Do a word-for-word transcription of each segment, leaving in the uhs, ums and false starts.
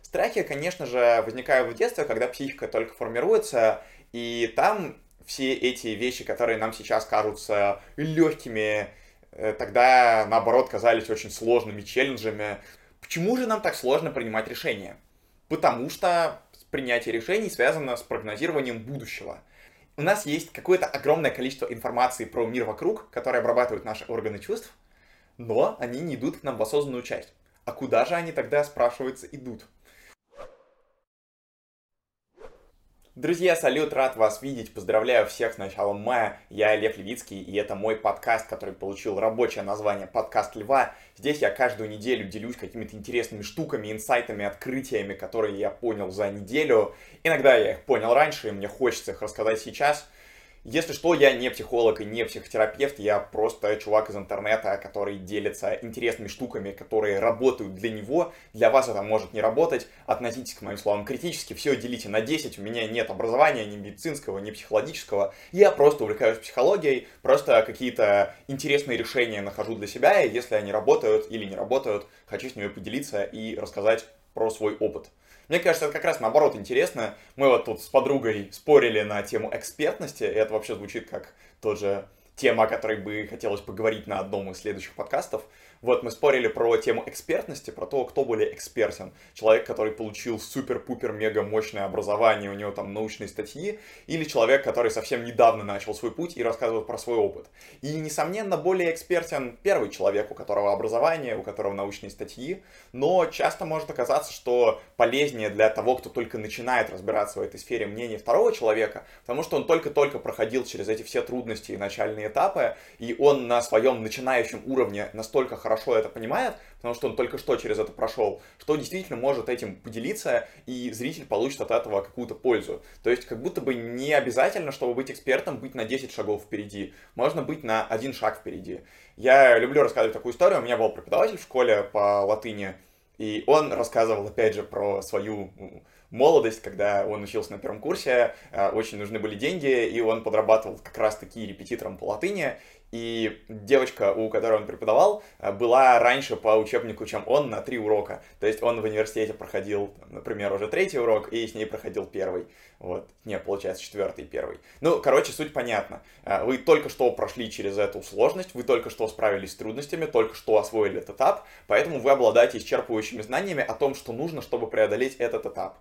Страхи, конечно же, возникают в детстве, когда психика только формируется, и там все эти вещи, которые нам сейчас кажутся легкими, э, тогда, наоборот, казались очень сложными челленджами. Почему же нам так сложно принимать решения? Потому что принятие решений связано с прогнозированием будущего. У нас есть какое-то огромное количество информации про мир вокруг, которые обрабатывают наши органы чувств, но они не идут к нам в осознанную часть. А куда же они тогда, спрашивается, идут? Друзья, салют, рад вас видеть, поздравляю всех с началом мая, я Лев Левицкий, и это мой подкаст, который получил рабочее название «Подкаст Льва». Здесь я каждую неделю делюсь какими-то интересными штуками, инсайтами, открытиями, которые я понял за неделю. Иногда я их понял раньше, и мне хочется их рассказать сейчас. Если что, я не психолог и не психотерапевт, я просто чувак из интернета, который делится интересными штуками, которые работают для него. Для вас это может не работать. Относитесь к моим словам критически, все делите на десять. У меня нет образования ни медицинского, ни психологического. Я просто увлекаюсь психологией, просто какие-то интересные решения нахожу для себя, и если они работают или не работают, хочу с ними поделиться и рассказать про свой опыт. Мне кажется, это как раз наоборот интересно. Мы вот тут с подругой спорили на тему экспертности, и это вообще звучит как тоже тема, о которой бы хотелось поговорить на одном из следующих подкастов. Вот мы спорили про тему экспертности, про то, кто более экспертен. Человек, который получил супер-пупер-мега мощное образование, у него там научные статьи, или человек, который совсем недавно начал свой путь и рассказывает про свой опыт. И, несомненно, более экспертен первый человек, у которого образование, у которого научные статьи, но часто может оказаться, что полезнее для того, кто только начинает разбираться в этой сфере, мнение второго человека, потому что он только-только проходил через эти все трудности и начальные этапы, и он на своем начинающем уровне настолько хорошо хорошо это понимает, потому что он только что через это прошел, что действительно может этим поделиться, и зритель получит от этого какую-то пользу. То есть как будто бы не обязательно, чтобы быть экспертом, быть на десять шагов впереди. Можно быть на один шаг впереди. Я люблю рассказывать такую историю. У меня был преподаватель в школе по латыни, и он рассказывал, опять же, про свою молодость, когда он учился на первом курсе, очень нужны были деньги, и он подрабатывал как раз-таки репетитором по латыни. И девочка, у которой он преподавал, была раньше по учебнику, чем он, на три урока. То есть он в университете проходил, например, уже третий урок, и с ней проходил первый. Вот. Не, получается, четвертый и первый. Ну, короче, суть понятна. Вы только что прошли через эту сложность, вы только что справились с трудностями, только что освоили этот этап, поэтому вы обладаете исчерпывающими знаниями о том, что нужно, чтобы преодолеть этот этап.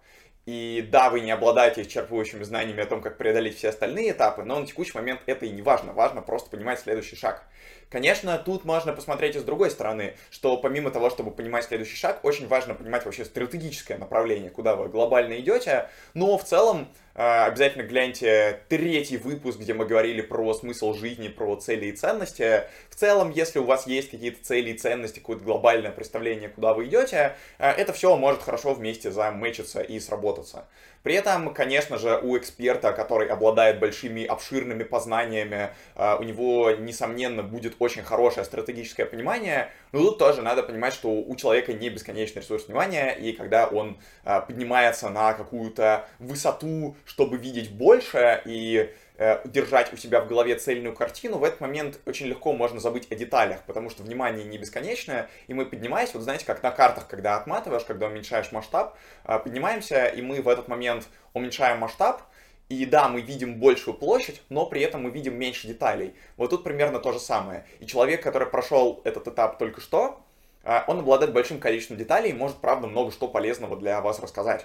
И да, вы не обладаете исчерпывающими знаниями о том, как преодолеть все остальные этапы, но на текущий момент это и не важно. Важно просто понимать следующий шаг. Конечно, тут можно посмотреть и с другой стороны, что помимо того, чтобы понимать следующий шаг, очень важно понимать вообще стратегическое направление, куда вы глобально идете. Но в целом обязательно гляньте третий выпуск, где мы говорили про смысл жизни, про цели и ценности. В целом, если у вас есть какие-то цели и ценности, какое-то глобальное представление, куда вы идете, это все может хорошо вместе замэчиться и сработаться. При этом, конечно же, у эксперта, который обладает большими обширными познаниями, у него, несомненно, будет очень хорошее стратегическое понимание, но тут тоже надо понимать, что у человека не бесконечный ресурс внимания, и когда он поднимается на какую-то высоту, чтобы видеть больше и держать у себя в голове цельную картину, в этот момент очень легко можно забыть о деталях, потому что внимание не бесконечное, и мы, поднимаясь, вот знаете, как на картах, когда отматываешь, когда уменьшаешь масштаб, поднимаемся, и мы в этот момент уменьшаем масштаб, и да, мы видим большую площадь, но при этом мы видим меньше деталей. Вот тут примерно то же самое. И человек, который прошел этот этап только что, он обладает большим количеством деталей и может, правда, много что полезного для вас рассказать.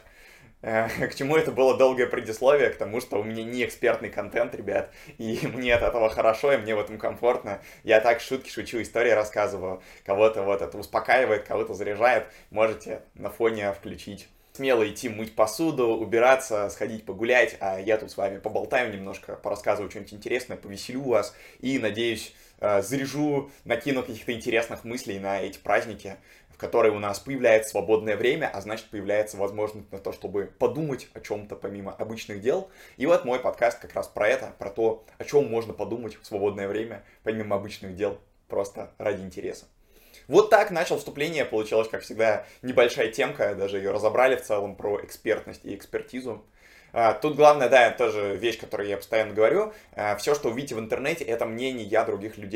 К чему это было долгое предисловие, к тому, что у меня не экспертный контент, ребят, и мне от этого хорошо, и мне в этом комфортно. Я так шутки шучу, истории рассказываю, кого-то вот это успокаивает, кого-то заряжает, можете на фоне включить. Смело идти мыть посуду, убираться, сходить погулять, а я тут с вами поболтаю немножко, порассказываю что-нибудь интересное, повеселю вас и, надеюсь, заряжу, накину каких-то интересных мыслей на эти праздники, в которые у нас появляется свободное время, а значит появляется возможность на то, чтобы подумать о чем-то помимо обычных дел. И вот мой подкаст как раз про это, про то, о чем можно подумать в свободное время помимо обычных дел, просто ради интереса. Вот так начал вступление, получилась, как всегда, небольшая темка, даже ее разобрали в целом про экспертность и экспертизу. Тут главное, да, тоже вещь, которую я постоянно говорю, все, что увидите в интернете, это мнение я других людей.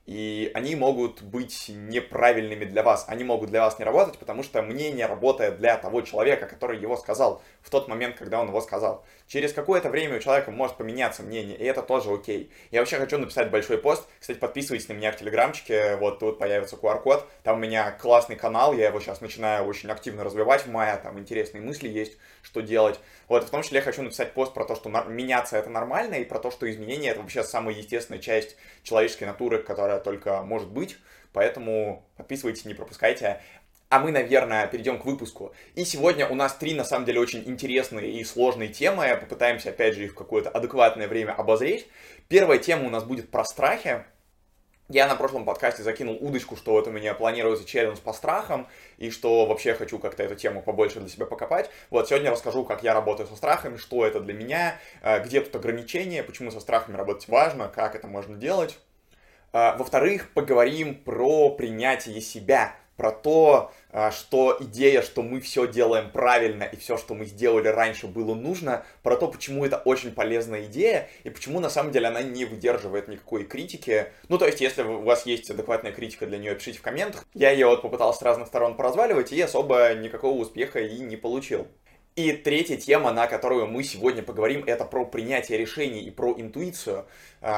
И они могут быть неправильными для вас. Они могут для вас не работать, потому что мнение работает для того человека, который его сказал в тот момент, когда он его сказал. Через какое-то время у человека может поменяться мнение, и это тоже окей. Я вообще хочу написать большой пост. Кстати, подписывайтесь на меня в Телеграмчике. Вот тут появится ку ар код. Там у меня классный канал. Я его сейчас начинаю очень активно развивать в мае. Там интересные мысли есть, что делать. Вот, в том числе я хочу написать пост про то, что меняться это нормально, и про то, что изменение это вообще самая естественная часть человеческой натуры, которая только может быть. Поэтому подписывайтесь, не пропускайте. А мы, наверное, перейдем к выпуску. И сегодня у нас три, на самом деле, очень интересные и сложные темы. Попытаемся, опять же, их в какое-то адекватное время обозреть. Первая тема у нас будет про страхи. Я на прошлом подкасте закинул удочку, что вот у меня планируется челлендж по страхам, и что вообще хочу как-то эту тему побольше для себя покопать. Вот, сегодня расскажу, как я работаю со страхами, что это для меня, где тут ограничения, почему со страхами работать важно, как это можно делать. Во-вторых, поговорим про принятие себя, про то, что идея, что мы все делаем правильно и все, что мы сделали раньше, было нужно, про то, почему это очень полезная идея и почему на самом деле она не выдерживает никакой критики. Ну, то есть, если у вас есть адекватная критика для нее, пишите в комментах. Я ее вот попытался с разных сторон поразваливать и особо никакого успеха и не получил. И третья тема, на которую мы сегодня поговорим, это про принятие решений и про интуицию.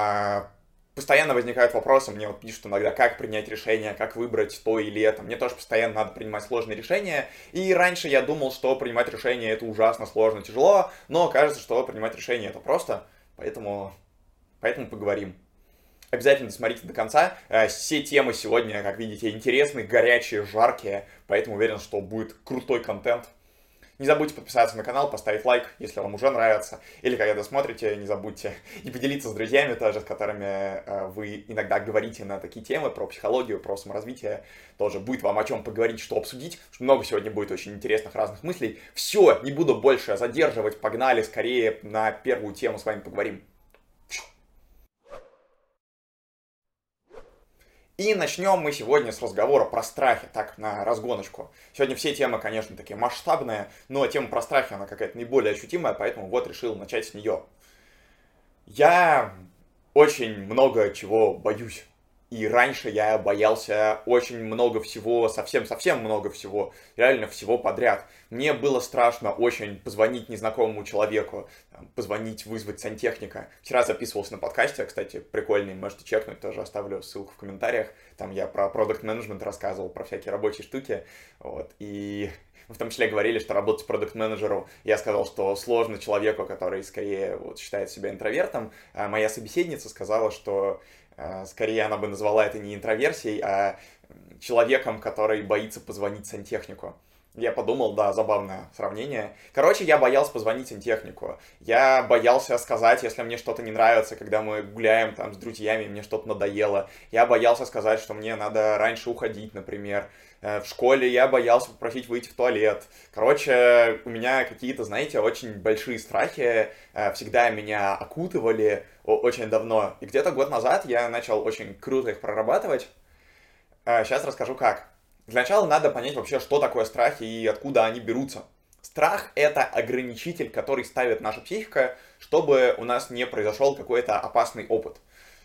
Постоянно возникают вопросы, мне вот пишут иногда, как принять решение, как выбрать то или это. Мне тоже постоянно надо принимать сложные решения. И раньше я думал, что принимать решение это ужасно сложно, тяжело, но кажется, что принимать решение это просто, поэтому, поэтому поговорим. Обязательно досмотрите до конца. Все темы сегодня, как видите, интересные, горячие, жаркие, поэтому уверен, что будет крутой контент. Не забудьте подписаться на канал, поставить лайк, если вам уже нравится. Или когда досмотрите, не забудьте и поделиться с друзьями тоже, с которыми вы иногда говорите на такие темы, про психологию, про саморазвитие. Тоже будет вам о чем поговорить, что обсудить. Много сегодня будет очень интересных разных мыслей. Все, не буду больше задерживать, погнали скорее на первую тему с вами поговорим. И начнем мы сегодня с разговора про страхи, так, на разгоночку. Сегодня все темы, конечно, такие масштабные, но тема про страхи, она какая-то наиболее ощутимая, поэтому вот решил начать с нее. Я очень много чего боюсь. И раньше я боялся очень много всего, совсем-совсем много всего, реально всего подряд. Мне было страшно очень позвонить незнакомому человеку, позвонить, вызвать сантехника. Вчера записывался на подкасте, кстати, прикольный, можете чекнуть, тоже оставлю ссылку в комментариях. Там я про продакт-менеджмент рассказывал, про всякие рабочие штуки, вот, и... В том числе говорили, что работать продакт-менеджеру, я сказал, что сложно человеку, который скорее вот, считает себя интровертом. А моя собеседница сказала, что э, скорее она бы назвала это не интроверсией, а человеком, который боится позвонить сантехнику. Я подумал, да, забавное сравнение. Короче, я боялся позвонить сантехнику. Я боялся сказать, если мне что-то не нравится, когда мы гуляем там с друзьями, мне что-то надоело. Я боялся сказать, что мне надо раньше уходить, например. В школе я боялся попросить выйти в туалет. Короче, у меня какие-то, знаете, очень большие страхи всегда меня окутывали очень давно. И где-то год назад я начал очень круто их прорабатывать. Сейчас расскажу как. Для начала надо понять вообще, что такое страхи и откуда они берутся. Страх — это ограничитель, который ставит наша психика, чтобы у нас не произошел какой-то опасный опыт.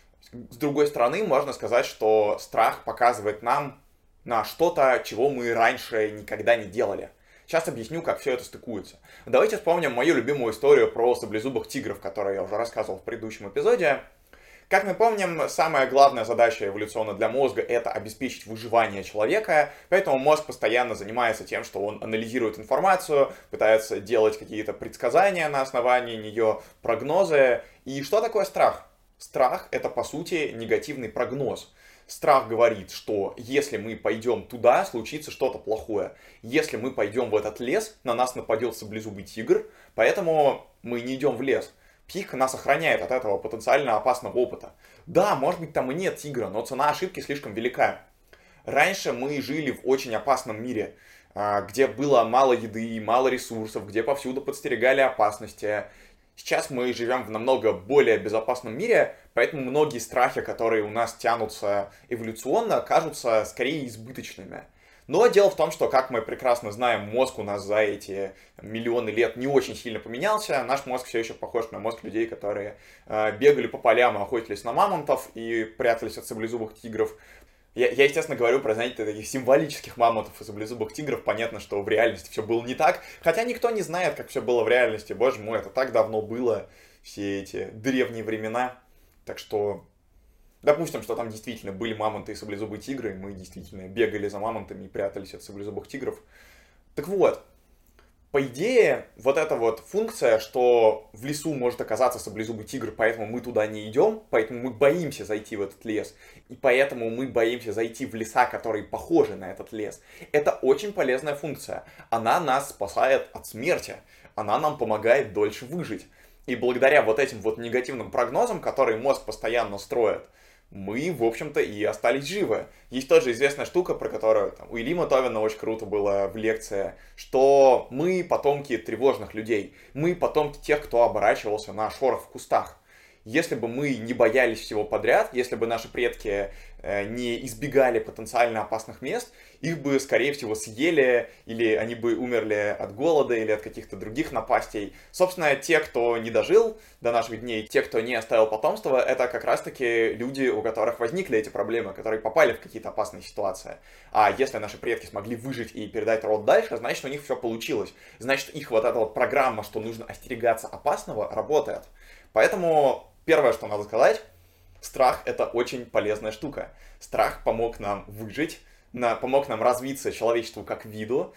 С другой стороны, можно сказать, что страх показывает нам на что-то, чего мы раньше никогда не делали. Сейчас объясню, как все это стыкуется. Давайте вспомним мою любимую историю про саблезубых тигров, которую я уже рассказывал в предыдущем эпизоде. Как мы помним, самая главная задача эволюционно для мозга — это обеспечить выживание человека, поэтому мозг постоянно занимается тем, что он анализирует информацию, пытается делать какие-то предсказания на основании нее, прогнозы. И что такое страх? Страх — это, по сути, негативный прогноз. Страх говорит, что если мы пойдем туда, случится что-то плохое. Если мы пойдем в этот лес, на нас нападет саблезубый тигр, поэтому мы не идем в лес. Психика нас охраняет от этого потенциально опасного опыта. Да, может быть, там и нет тигра, но цена ошибки слишком велика. Раньше мы жили в очень опасном мире, где было мало еды, мало ресурсов, где повсюду подстерегали опасности. Сейчас мы живем в намного более безопасном мире, поэтому многие страхи, которые у нас тянутся эволюционно, кажутся скорее избыточными. Но дело в том, что, как мы прекрасно знаем, мозг у нас за эти миллионы лет не очень сильно поменялся. Наш мозг все еще похож на мозг людей, которые э, бегали по полям, охотились на мамонтов и прятались от саблезубых тигров. Я, я, естественно, говорю про, знаете, таких символических мамонтов и саблезубых тигров. Понятно, что в реальности все было не так. Хотя никто не знает, как все было в реальности. Боже мой, это так давно было, все эти древние времена. Так что, допустим, что там действительно были мамонты и саблезубые тигры. И мы действительно бегали за мамонтами и прятались от саблезубых тигров. Так вот, по идее, вот эта вот функция, что в лесу может оказаться саблезубый тигр, поэтому мы туда не идем, поэтому мы боимся зайти в этот лес, и поэтому мы боимся зайти в леса, которые похожи на этот лес. Это очень полезная функция. Она нас спасает от смерти. Она нам помогает дольше выжить. И благодаря вот этим вот негативным прогнозам, которые мозг постоянно строит, мы, в общем-то, и остались живы. Есть тоже известная штука, про которую там, у Ильи Мотовина очень круто было в лекции, что мы потомки тревожных людей. Мы потомки тех, кто оборачивался на шорох в кустах. Если бы мы не боялись всего подряд, если бы наши предки э, не избегали потенциально опасных мест, их бы, скорее всего, съели, или они бы умерли от голода, или от каких-то других напастей. Собственно, те, кто не дожил до наших дней, те, кто не оставил потомство, это как раз-таки люди, у которых возникли эти проблемы, которые попали в какие-то опасные ситуации. А если наши предки смогли выжить и передать род дальше, значит, у них все получилось. Значит, их вот эта вот программа, что нужно остерегаться опасного, работает. Поэтому первое, что надо сказать, страх — это очень полезная штука. Страх помог нам выжить, на, помог нам развиться человечеству как виду,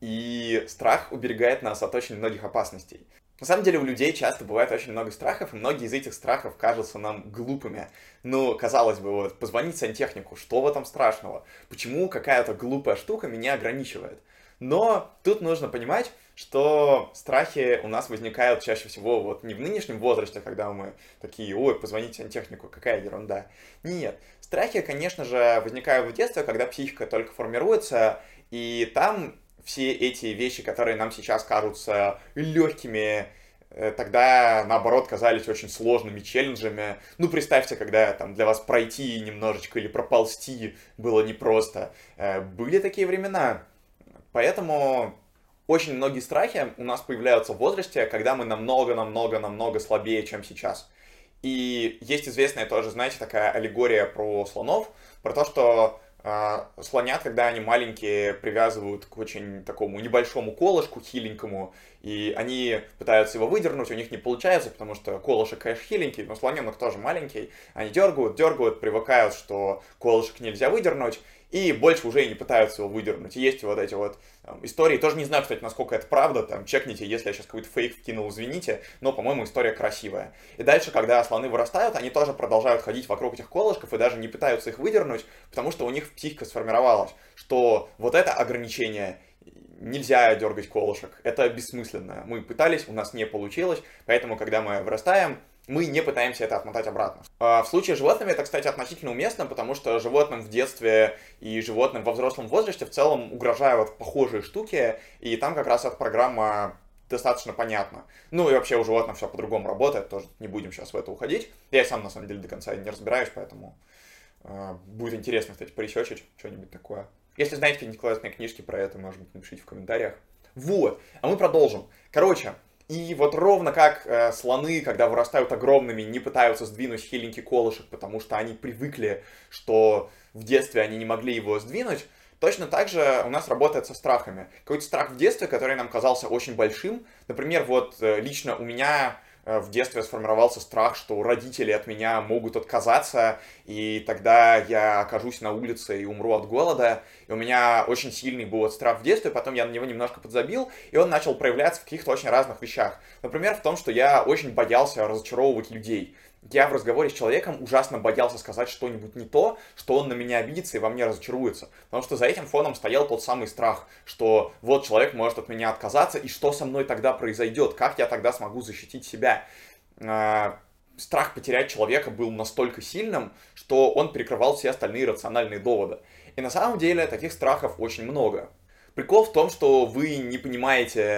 и страх уберегает нас от очень многих опасностей. На самом деле у людей часто бывает очень много страхов, и многие из этих страхов кажутся нам глупыми. Ну, казалось бы, вот, позвонить сантехнику, что в этом страшного? Почему какая-то глупая штука меня ограничивает? Но тут нужно понимать, что страхи у нас возникают чаще всего вот не в нынешнем возрасте, когда мы такие: ой, позвоните сантехнику, какая ерунда. Нет, страхи, конечно же, возникают в детстве, когда психика только формируется, и там все эти вещи, которые нам сейчас кажутся легкими, тогда, наоборот, казались очень сложными челленджами. Ну, представьте, когда там для вас пройти немножечко или проползти было непросто. Были такие времена. Поэтому очень многие страхи у нас появляются в возрасте, когда мы намного-намного-намного слабее, чем сейчас. И есть известная тоже, знаете, такая аллегория про слонов, про то, что э, слонят, когда они маленькие, привязывают к очень такому небольшому колышку хиленькому, и они пытаются его выдернуть, у них не получается, потому что колышек, конечно, хиленький, но слоненок тоже маленький. Они дергают, дергают, привыкают, что колышек нельзя выдернуть, и больше уже и не пытаются его выдернуть. И есть вот эти вот там истории. Тоже не знаю, кстати, насколько это правда. Там, чекните, если я сейчас какой-то фейк вкинул, извините. Но, по-моему, история красивая. И дальше, когда слоны вырастают, они тоже продолжают ходить вокруг этих колышков и даже не пытаются их выдернуть, потому что у них психика сформировалась, что вот это ограничение, нельзя дергать колышек, это бессмысленно. Мы пытались, у нас не получилось, поэтому, когда мы вырастаем, мы не пытаемся это отмотать обратно. В случае с животными это, кстати, относительно уместно, потому что животным в детстве и животным во взрослом возрасте в целом угрожают похожие штуки, и там как раз эта программа достаточно понятна. Ну и вообще у животных все по-другому работает, тоже не будем сейчас в это уходить. Я и сам, на самом деле, до конца не разбираюсь, поэтому э, будет интересно, кстати, поресечить что-нибудь такое. Если знаете какие-нибудь классные книжки про это, может быть, напишите в комментариях. Вот, а мы продолжим. Короче, и вот ровно как э, слоны, когда вырастают огромными, не пытаются сдвинуть хиленький колышек, потому что они привыкли, что в детстве они не могли его сдвинуть, точно так же у нас работает со страхами. Какой-то страх в детстве, который нам казался очень большим. Например, вот э, лично у меня э, в детстве сформировался страх, что родители от меня могут отказаться, и тогда я окажусь на улице и умру от голода. И у меня очень сильный был этот страх в детстве, потом я на него немножко подзабил, и он начал проявляться в каких-то очень разных вещах. Например, в том, что я очень боялся разочаровывать людей. Я в разговоре с человеком ужасно боялся сказать что-нибудь не то, что он на меня обидится и во мне разочаруется. Потому что за этим фоном стоял тот самый страх, что вот человек может от меня отказаться, и что со мной тогда произойдет, как я тогда смогу защитить себя. Страх потерять человека был настолько сильным, что он перекрывал все остальные рациональные доводы. И на самом деле таких страхов очень много. Прикол в том, что вы не понимаете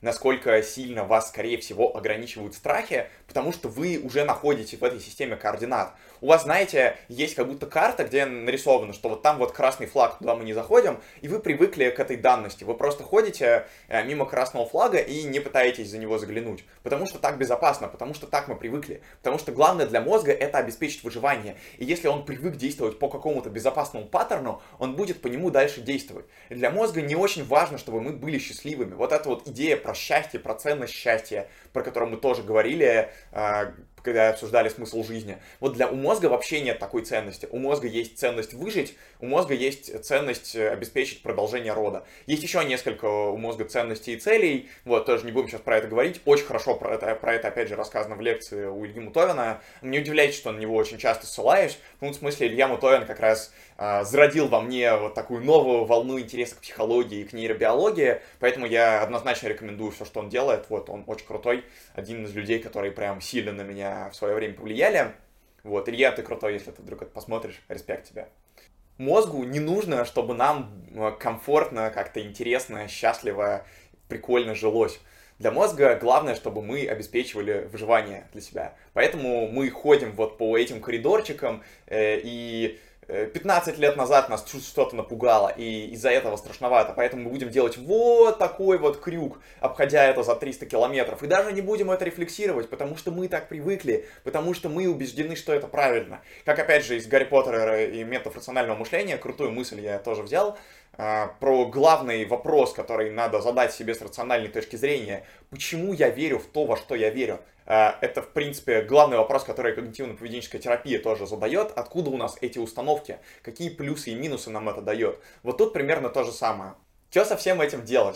насколько сильно вас, скорее всего, ограничивают страхи, потому что вы уже находитесь в этой системе координат. У вас, знаете, есть как будто карта, где нарисовано, что вот там вот красный флаг, туда мы не заходим, и вы привыкли к этой данности. Вы просто ходите мимо красного флага и не пытаетесь за него заглянуть, потому что так безопасно, потому что так мы привыкли. Потому что главное для мозга это обеспечить выживание. И если он привык действовать по какому-то безопасному паттерну, он будет по нему дальше действовать. И для мозга не очень важно, чтобы мы были счастливыми. Вот эта вот идея про счастье, про ценность счастья, про которую мы тоже говорили, когда обсуждали смысл жизни. Вот для у мозга вообще нет такой ценности. У мозга есть ценность выжить, у мозга есть ценность обеспечить продолжение рода. Есть еще несколько у мозга ценностей и целей, вот, тоже не будем сейчас про это говорить. Очень хорошо про это, про это опять же, рассказано в лекции у Ильи Мутовина. Не удивляйтесь, что на него очень часто ссылаюсь. Ну, в смысле, Илья Мутовин как раз э, зародил во мне вот такую новую волну интереса к психологии и к нейробиологии, поэтому я однозначно рекомендую все, что он делает. Вот, он очень крутой, один из людей, которые прям сильно на меня в свое время повлияли. Вот, Илья, ты крутой, если ты вдруг это посмотришь, респект тебе. Мозгу не нужно, чтобы нам комфортно, как-то интересно, счастливо, прикольно жилось. Для мозга главное, чтобы мы обеспечивали выживание для себя. Поэтому мы ходим вот по этим коридорчикам э, и... пятнадцать лет назад нас что-то напугало, и из-за этого страшновато, поэтому мы будем делать вот такой вот крюк, обходя это за триста километров, и даже не будем это рефлексировать, потому что мы так привыкли, потому что мы убеждены, что это правильно. Как опять же из Гарри Поттера и методов рационального мышления, крутую мысль я тоже взял, про главный вопрос, который надо задать себе с рациональной точки зрения. Почему я верю в то, во что я верю? Это, в принципе, главный вопрос, который когнитивно-поведенческая терапия тоже задает. Откуда у нас эти установки? Какие плюсы и минусы нам это дает? Вот тут примерно то же самое. Что со всем этим делать?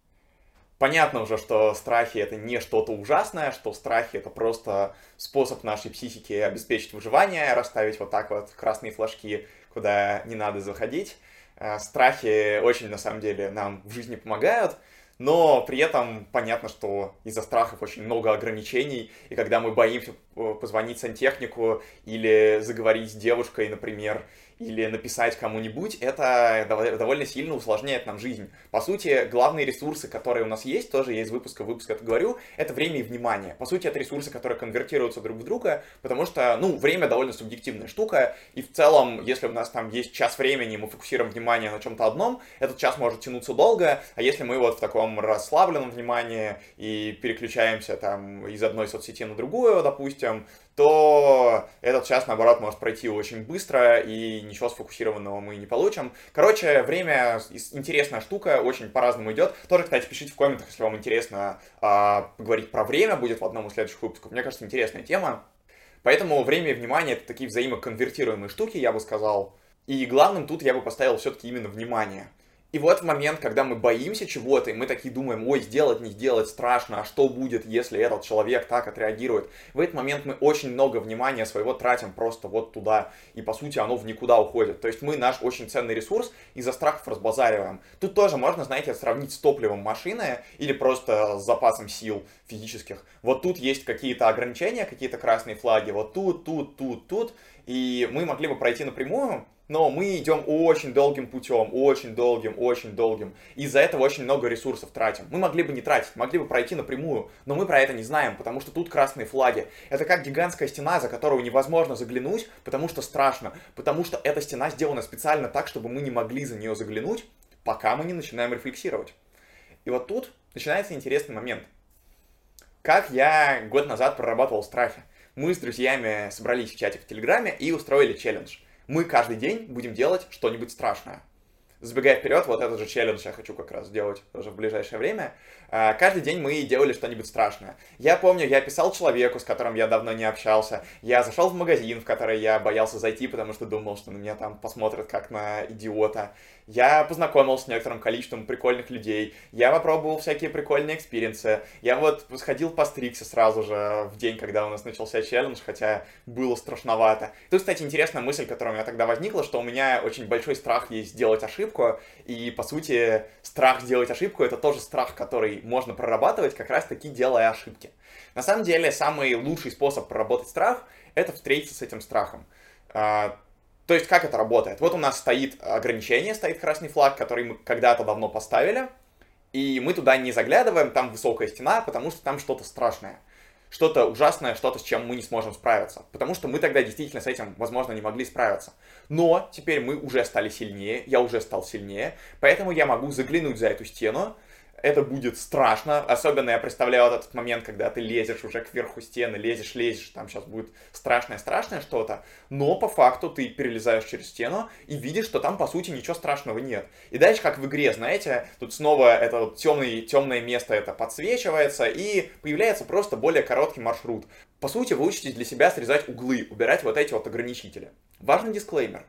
Понятно уже, что страхи это не что-то ужасное, что страхи это просто способ нашей психики обеспечить выживание, расставить вот так вот красные флажки, куда не надо заходить. Страхи очень, на самом деле, нам в жизни помогают, но при этом понятно, что из-за страхов очень много ограничений, и когда мы боимся позвонить сантехнику или заговорить с девушкой, например, или написать кому-нибудь, это довольно сильно усложняет нам жизнь. По сути, главные ресурсы, которые у нас есть, тоже я из выпуска в выпуск это говорю, это время и внимание. По сути, это ресурсы, которые конвертируются друг в друга, потому что, ну, время довольно субъективная штука, и в целом, если у нас там есть час времени, мы фокусируем внимание на чем-то одном, этот час может тянуться долго, а если мы вот в таком расслабленном внимании и переключаемся там из одной соцсети на другую, допустим, то этот час, наоборот, может пройти очень быстро, и ничего сфокусированного мы не получим. Короче, время интересная штука, очень по-разному идет. Тоже, кстати, пишите в комментах, если вам интересно э, поговорить про время, будет в одном из следующих выпусков. Мне кажется, интересная тема. Поэтому время и внимание — это такие взаимоконвертируемые штуки, я бы сказал. И главным тут я бы поставил все-таки именно внимание. И вот в момент, когда мы боимся чего-то, и мы такие думаем, ой, сделать, не сделать, страшно, а что будет, если этот человек так отреагирует, в этот момент мы очень много внимания своего тратим просто вот туда, и по сути оно в никуда уходит. То есть мы наш очень ценный ресурс из-за страхов разбазариваем. Тут тоже можно, знаете, сравнить с топливом машины или просто с запасом сил физических. Вот тут есть какие-то ограничения, какие-то красные флаги, вот тут, тут, тут, тут, и мы могли бы пройти напрямую, но мы идем очень долгим путем, очень долгим, очень долгим. Из-за этого очень много ресурсов тратим. Мы могли бы не тратить, могли бы пройти напрямую, но мы про это не знаем, потому что тут красные флаги. Это как гигантская стена, за которую невозможно заглянуть, потому что страшно. Потому что эта стена сделана специально так, чтобы мы не могли за нее заглянуть, пока мы не начинаем рефлексировать. И вот тут начинается интересный момент. Как я год назад прорабатывал страхи. Мы с друзьями собрались в чате в Телеграме и устроили челлендж. Мы каждый день будем делать что-нибудь страшное. Забегая вперед, вот этот же челлендж я хочу как раз сделать уже в ближайшее время. Каждый день мы делали что-нибудь страшное. Я помню, я писал человеку, с которым я давно не общался. Я зашел в магазин, в который я боялся зайти, потому что думал, что на меня там посмотрят как на идиота. Я познакомился с некоторым количеством прикольных людей. Я попробовал всякие прикольные экспириенсы. Я вот сходил постригся сразу же в день, когда у нас начался челлендж, хотя было страшновато. Тут, кстати, интересная мысль, которая у меня тогда возникла, что у меня очень большой страх есть сделать ошибку. И, по сути, страх сделать ошибку — это тоже страх, который можно прорабатывать, как раз-таки делая ошибки. На самом деле, самый лучший способ проработать страх — это встретиться с этим страхом. То есть, как это работает? Вот у нас стоит ограничение, стоит красный флаг, который мы когда-то давно поставили, И мы туда не заглядываем, там высокая стена, потому что там что-то страшное. Что-то ужасное, что-то, с чем мы не сможем справиться. Потому что мы тогда действительно с этим, возможно, не могли справиться. Но теперь мы уже стали сильнее, я уже стал сильнее, поэтому я могу заглянуть за эту стену. Это будет страшно, особенно я представляю вот этот момент, когда ты лезешь уже кверху стены, лезешь, лезешь, там сейчас будет страшное-страшное что-то, но по факту ты перелезаешь через стену и видишь, что там по сути ничего страшного нет. И дальше, как в игре, знаете, тут снова это вот темный, темное место это подсвечивается и появляется просто более короткий маршрут. По сути, вы учитесь для себя срезать углы, убирать вот эти вот ограничители. Важный дисклеймер.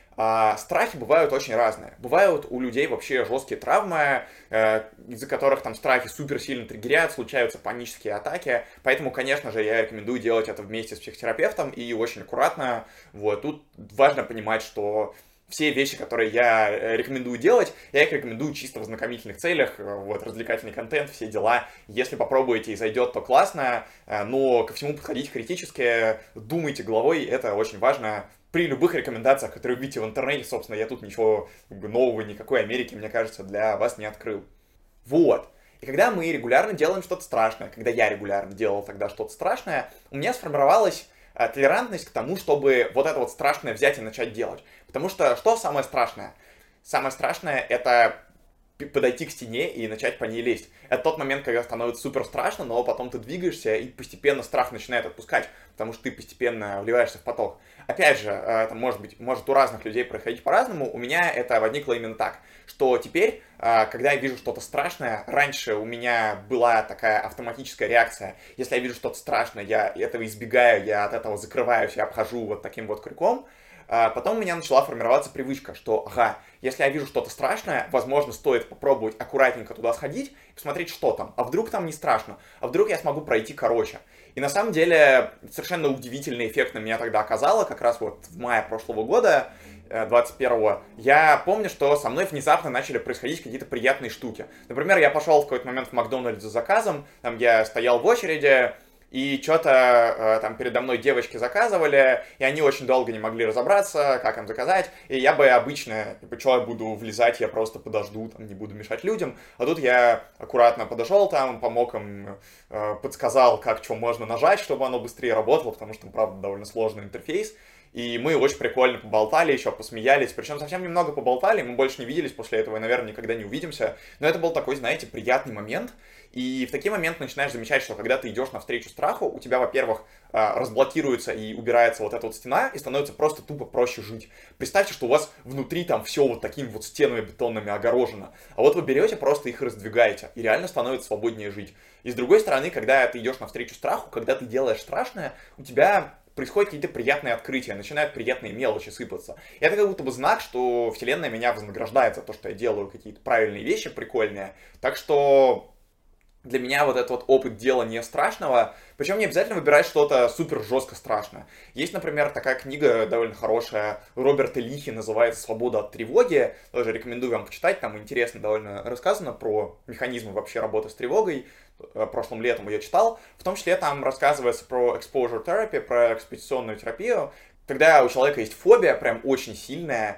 А, страхи бывают очень разные. Бывают у людей вообще жесткие травмы, э, из-за которых там страхи супер сильно триггерят, случаются панические атаки. Поэтому, конечно же, я рекомендую делать это вместе с психотерапевтом и очень аккуратно. Вот. Тут важно понимать, что все вещи, которые я рекомендую делать, я их рекомендую чисто в ознакомительных целях, вот, развлекательный контент, все дела. Если попробуете и зайдет, то классно, но ко всему подходите критически, думайте головой, это очень важно. При любых рекомендациях, которые видите в интернете, собственно, я тут ничего как бы, нового, никакой Америки, мне кажется, для вас не открыл. Вот. И когда мы регулярно делаем что-то страшное, когда я регулярно делал тогда что-то страшное, у меня сформировалась а, толерантность к тому, чтобы вот это вот страшное взять и начать делать. Потому что что самое страшное? Самое страшное — это подойти к стене и начать по ней лезть. Это тот момент, когда становится супер страшно, но потом ты двигаешься, и постепенно страх начинает отпускать, потому что ты постепенно вливаешься в поток. Опять же, это может быть, может у разных людей происходить по-разному. У меня это возникло именно так, что теперь, когда я вижу что-то страшное, раньше у меня была такая автоматическая реакция. Если я вижу что-то страшное, я этого избегаю, я от этого закрываюсь, я обхожу вот таким вот крюком. Потом у меня начала формироваться привычка, что, ага, если я вижу что-то страшное, возможно, стоит попробовать аккуратненько туда сходить и посмотреть, что там. А вдруг там не страшно? А вдруг я смогу пройти короче? И на самом деле совершенно удивительный эффект на меня тогда оказало, как раз вот в мае прошлого года, двадцать первого, я помню, что со мной внезапно начали происходить какие-то приятные штуки. Например, я пошел в какой-то момент в Макдональдс за заказом, там я стоял в очереди, и что-то э, там передо мной девочки заказывали, и они очень долго не могли разобраться, как им заказать. И я бы обычно, типа, что я буду влезать, я просто подожду, там, не буду мешать людям. А тут я аккуратно подошел там, помог им, э, подсказал, как что можно нажать, чтобы оно быстрее работало, потому что там, правда, довольно сложный интерфейс. И мы очень прикольно поболтали, еще посмеялись. Причем совсем немного поболтали, мы больше не виделись после этого и, наверное, никогда не увидимся. Но это был такой, знаете, приятный момент. И в такие моменты начинаешь замечать, что когда ты идешь навстречу страху, у тебя, во-первых, разблокируется и убирается вот эта вот стена, и становится просто тупо проще жить. Представьте, что у вас внутри там все вот такими вот стенами бетонными огорожено. А вот вы берете, просто их раздвигаете, и реально становится свободнее жить. И с другой стороны, когда ты идешь навстречу страху, когда ты делаешь страшное, у тебя происходят какие-то приятные открытия, начинают приятные мелочи сыпаться. И это как будто бы знак, что вселенная меня вознаграждает за то, что я делаю какие-то правильные вещи, прикольные. Так что для меня вот этот вот опыт делания страшного, причем не обязательно выбирать что-то супер жестко страшное. Есть, например, такая книга довольно хорошая Роберта Лихи, называется «Свобода от тревоги». Тоже рекомендую вам почитать, там интересно довольно рассказано про механизмы вообще работы с тревогой. Прошлым летом я читал. В том числе там рассказывается про exposure therapy, про экспозиционную терапию. Когда у человека есть фобия, прям очень сильная,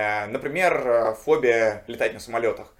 например, фобия летать на самолетах.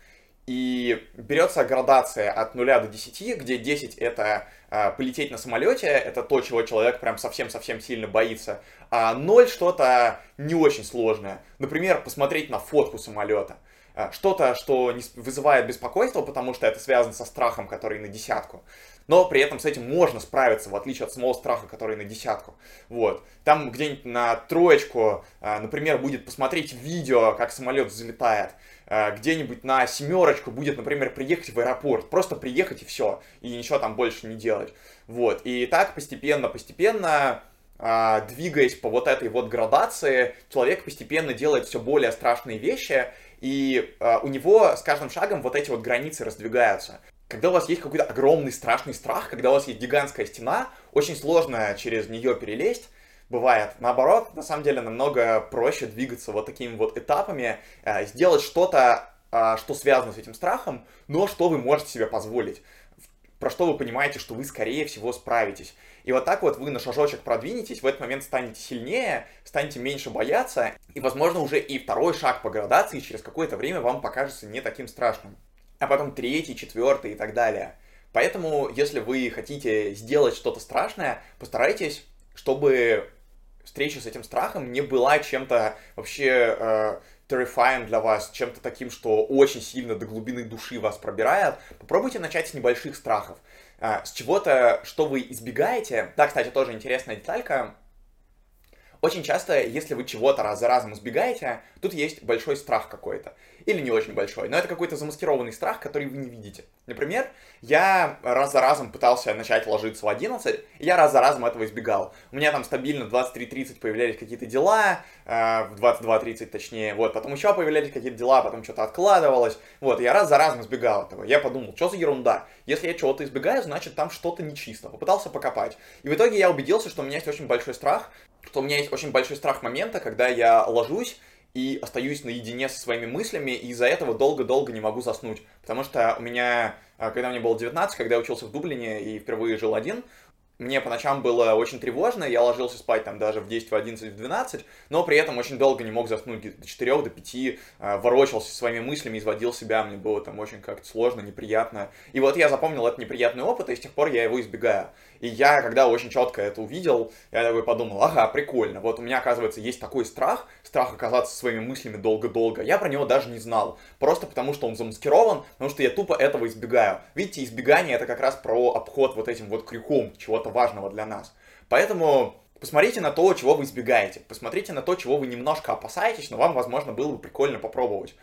И берется градация от нуля до десяти, где десять это э, полететь на самолете, это то, чего человек прям совсем-совсем сильно боится, а ноль что-то не очень сложное. Например, посмотреть на фотку самолета. Э, что-то, что не вызывает беспокойство, потому что это связано со страхом, который на десятку. Но при этом с этим можно справиться, в отличие от самого страха, который на десятку. Вот. Там где-нибудь на троечку, э, например, будет посмотреть видео, как самолет взлетает. Где-нибудь на семерочку будет, например, приехать в аэропорт. Просто приехать и все. И ничего там больше не делать. Вот. И так постепенно-постепенно, двигаясь по вот этой вот градации, человек постепенно делает все более страшные вещи. И у него с каждым шагом вот эти вот границы раздвигаются. Когда у вас есть какой-то огромный страшный страх, когда у вас есть гигантская стена, очень сложно через нее перелезть. Бывает. Наоборот, на самом деле, намного проще двигаться вот такими вот этапами, э, сделать что-то, э, что связано с этим страхом, но что вы можете себе позволить, про что вы понимаете, что вы, скорее всего, справитесь. И вот так вот вы на шажочек продвинетесь, в этот момент станете сильнее, станете меньше бояться, и, возможно, уже и второй шаг по градации через какое-то время вам покажется не таким страшным. а потом третий, четвертый и так далее. Поэтому, если вы хотите сделать что-то страшное, постарайтесь, чтобы встреча с этим страхом не была чем-то вообще э, terrifying для вас, чем-то таким, что очень сильно до глубины души вас пробирает. Попробуйте начать с небольших страхов. Э, с чего-то, что вы избегаете. Да, кстати, тоже интересная деталька. Очень часто, если вы чего-то раз за разом избегаете, тут есть большой страх какой-то. Или не очень большой, но это какой-то замаскированный страх, который вы не видите. Например, я раз за разом пытался начать ложиться в одиннадцать, и я раз за разом этого избегал. У меня там стабильно в двадцать три тридцать появлялись какие-то дела, э, в двадцать два тридцать точнее, вот, потом еще появлялись какие-то дела, потом что-то откладывалось, вот, и я раз за разом избегал этого. Я подумал, что за ерунда? Если я чего-то избегаю, значит там что-то нечисто. Попытался покопать. И в итоге я убедился, что у меня есть очень большой страх, что у меня есть очень большой страх момента, когда я ложусь и остаюсь наедине со своими мыслями, и из-за этого долго-долго не могу заснуть. Потому что у меня, когда мне было девятнадцать, когда я учился в Дублине и впервые жил один, мне по ночам было очень тревожно, я ложился спать там даже в десять, в одиннадцать, в двенадцать, но при этом очень долго не мог заснуть, до четырёх, до пяти, ворочался своими мыслями, изводил себя, мне было там очень как-то сложно, неприятно. И вот я запомнил этот неприятный опыт, и с тех пор я его избегаю. И я, когда очень четко это увидел, я такой подумал, ага, прикольно, вот у меня, оказывается, есть такой страх, страх оказаться своими мыслями долго-долго, я про него даже не знал, просто потому что он замаскирован, потому что я тупо этого избегаю. Видите, избегание — это как раз про обход вот этим вот крюком чего-то важного для нас. Поэтому посмотрите на то, чего вы избегаете, посмотрите на то, чего вы немножко опасаетесь, но вам, возможно, было бы прикольно попробовать.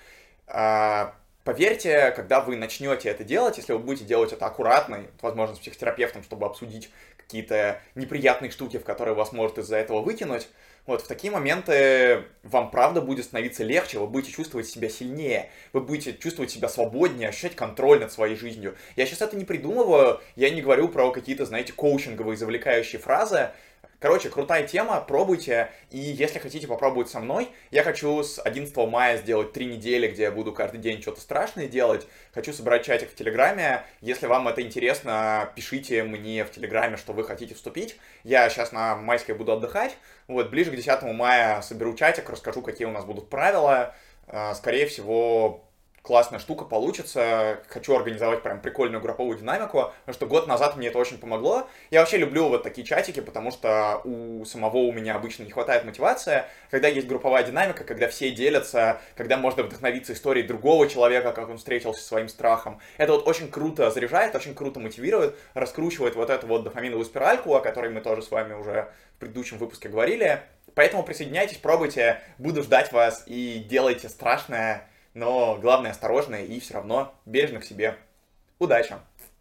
Поверьте, когда вы начнете это делать, если вы будете делать это аккуратно, возможно, с психотерапевтом, чтобы обсудить какие-то неприятные штуки, в которые вас может из-за этого выкинуть, вот в такие моменты вам правда будет становиться легче, вы будете чувствовать себя сильнее, вы будете чувствовать себя свободнее, ощущать контроль над своей жизнью. Я сейчас это не придумываю, я не говорю про какие-то, знаете, коучинговые завлекающие фразы. Короче, крутая тема, пробуйте, и если хотите попробовать со мной, я хочу с одиннадцатого мая сделать три недели, где я буду каждый день что-то страшное делать, хочу собрать чатик в Телеграме, если вам это интересно, пишите мне в Телеграме, что вы хотите вступить, я сейчас на майской буду отдыхать, вот, ближе к десятому мая соберу чатик, расскажу, какие у нас будут правила, скорее всего, классная штука получится, хочу организовать прям прикольную групповую динамику, потому что год назад мне это очень помогло. Я вообще люблю вот такие чатики, потому что у самого у меня обычно не хватает мотивации, когда есть групповая динамика, когда все делятся, когда можно вдохновиться историей другого человека, как он встретился со своим страхом. Это вот очень круто заряжает, очень круто мотивирует, раскручивает вот эту вот дофаминовую спиральку, о которой мы тоже с вами уже в предыдущем выпуске говорили. Поэтому присоединяйтесь, пробуйте, буду ждать вас и делайте страшное, но главное осторожно и все равно бережно к себе. Удачи!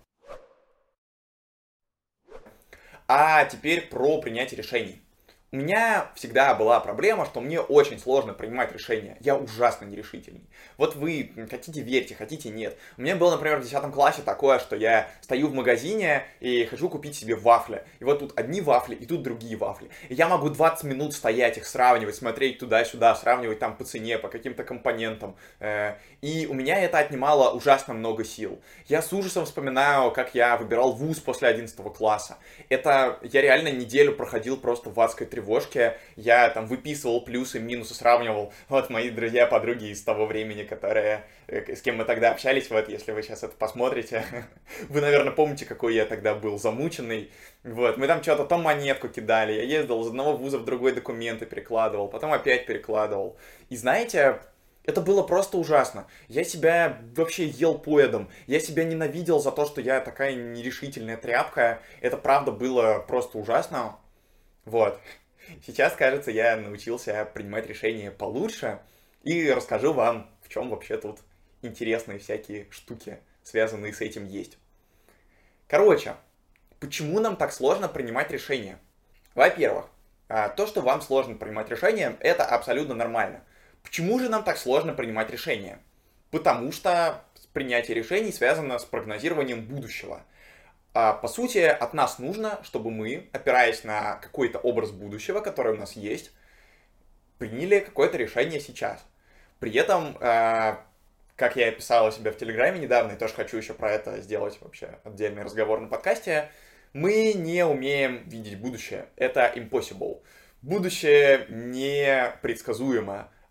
А теперь про принятие решений. У меня всегда была проблема, что мне очень сложно принимать решения. Я ужасно нерешительный. Вот вы хотите верьте, хотите нет. У меня было, например, в десятом классе такое, что я стою в магазине и хочу купить себе вафли. И вот тут одни вафли, и тут другие вафли. И я могу двадцать минут стоять, их сравнивать, смотреть туда-сюда, сравнивать там по цене, по каким-то компонентам. И у меня это отнимало ужасно много сил. Я с ужасом вспоминаю, как я выбирал вуз после одиннадцатого класса. Это я реально неделю проходил просто в адской тревожке. Я там выписывал плюсы, минусы, сравнивал. Вот мои друзья, подруги из того времени, которые, с кем мы тогда общались, вот если вы сейчас это посмотрите, вы, наверное, помните, какой я тогда был замученный. Вот, мы там что-то, то монетку кидали, я ездил из одного вуза в другой документы перекладывал, потом опять перекладывал. И знаете, это было просто ужасно. Я себя вообще ел поедом. Я себя ненавидел за то, что я такая нерешительная тряпка. Это правда было просто ужасно. Вот. Сейчас, кажется, я научился принимать решения получше. И расскажу вам, в чем вообще тут интересные всякие штуки, связанные с этим, есть. Короче, почему нам так сложно принимать решения? Во-первых, то, что вам сложно принимать решения, это абсолютно нормально. Почему же нам так сложно принимать решения? Потому что принятие решений связано с прогнозированием будущего. А, по сути, от нас нужно, чтобы мы, опираясь на какой-то образ будущего, который у нас есть, приняли какое-то решение сейчас. При этом, а, как я писал у себя в Телеграме недавно, и тоже хочу еще про это сделать вообще отдельный разговор на подкасте, мы не умеем видеть будущее. Это impossible. Будущее непредсказуемо.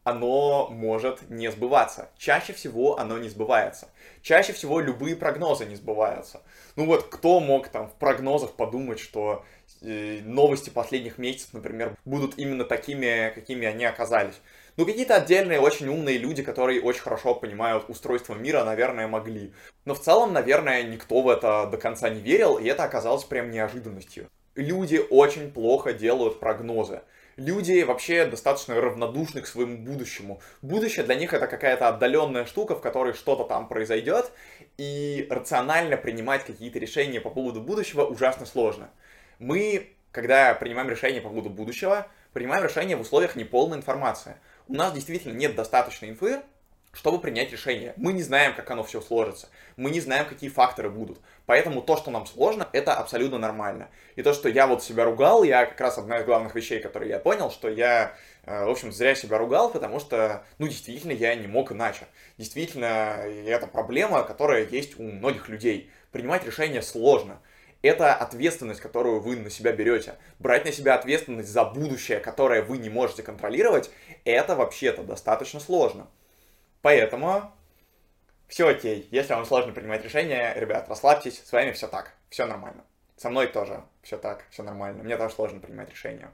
оно может не сбываться. Чаще всего оно не сбывается. Чаще всего любые прогнозы не сбываются. Ну вот кто мог там в прогнозах подумать, что э, новости последних месяцев, например, будут именно такими, какими они оказались? Ну, какие-то отдельные, очень умные люди, которые очень хорошо понимают устройство мира, наверное, могли. Но в целом, наверное, никто в это до конца не верил, и это оказалось прям неожиданностью. Люди очень плохо делают прогнозы. Люди вообще достаточно равнодушны к своему будущему. Будущее для них это какая-то отдаленная штука, в которой что-то там произойдет, и рационально принимать какие-то решения по поводу будущего ужасно сложно. Мы, когда принимаем решения по поводу будущего, принимаем решения в условиях неполной информации. У нас действительно нет достаточной инфы, чтобы принять решение. Мы не знаем, как оно все сложится. Мы не знаем, какие факторы будут. Поэтому то, что нам сложно, это абсолютно нормально. И то, что я вот себя ругал, я как раз одна из главных вещей, которые я понял, что я, в общем, зря себя ругал, потому что, ну, действительно, я не мог иначе. Действительно, это проблема, которая есть у многих людей. Принимать решения сложно. Это ответственность, которую вы на себя берете. Брать на себя ответственность за будущее, которое вы не можете контролировать, это вообще-то достаточно сложно. Поэтому все окей. Если вам сложно принимать решения, ребят, расслабьтесь, с вами все так, все нормально. Со мной тоже все так, все нормально. Мне тоже сложно принимать решения.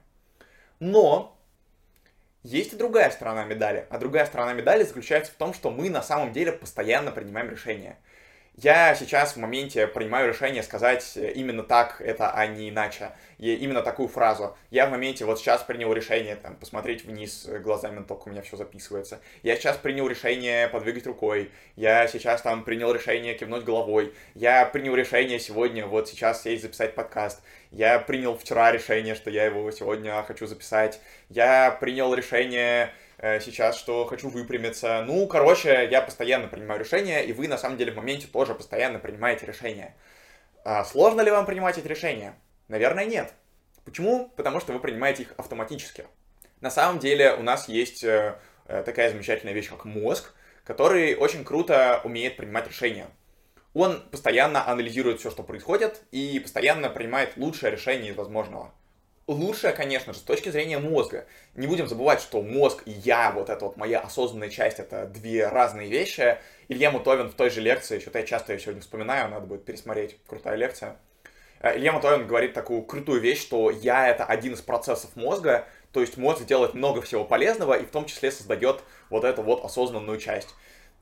Но есть и другая сторона медали. А другая сторона медали заключается в том, что мы на самом деле постоянно принимаем решения. Я сейчас в моменте принимаю решение сказать именно так это, а не иначе. И именно такую фразу. Я в моменте вот сейчас принял решение там, посмотреть вниз глазами, только у меня все записывается. Я сейчас принял решение подвигать рукой. Я сейчас там принял решение кивнуть головой. Я принял решение сегодня вот сейчас сесть записать подкаст. Я принял вчера решение, что я его сегодня хочу записать. Я принял решение сейчас, что хочу выпрямиться. Ну, короче, я постоянно принимаю решения, и вы, на самом деле, в моменте тоже постоянно принимаете решения. А сложно ли вам принимать эти решения? Наверное, нет. Почему? Потому что вы принимаете их автоматически. На самом деле, у нас есть такая замечательная вещь, как мозг, который очень круто умеет принимать решения. Он постоянно анализирует все, что происходит, и постоянно принимает лучшее решение из возможного. Лучшее, конечно же, с точки зрения мозга. Не будем забывать, что мозг и я, вот эта вот моя осознанная часть, это две разные вещи. Илья Мутовин в той же лекции, что-то я часто ее сегодня вспоминаю, надо будет пересмотреть, крутая лекция. Илья Мутовин говорит такую крутую вещь, что я это один из процессов мозга, то есть мозг делает много всего полезного и в том числе создает вот эту вот осознанную часть.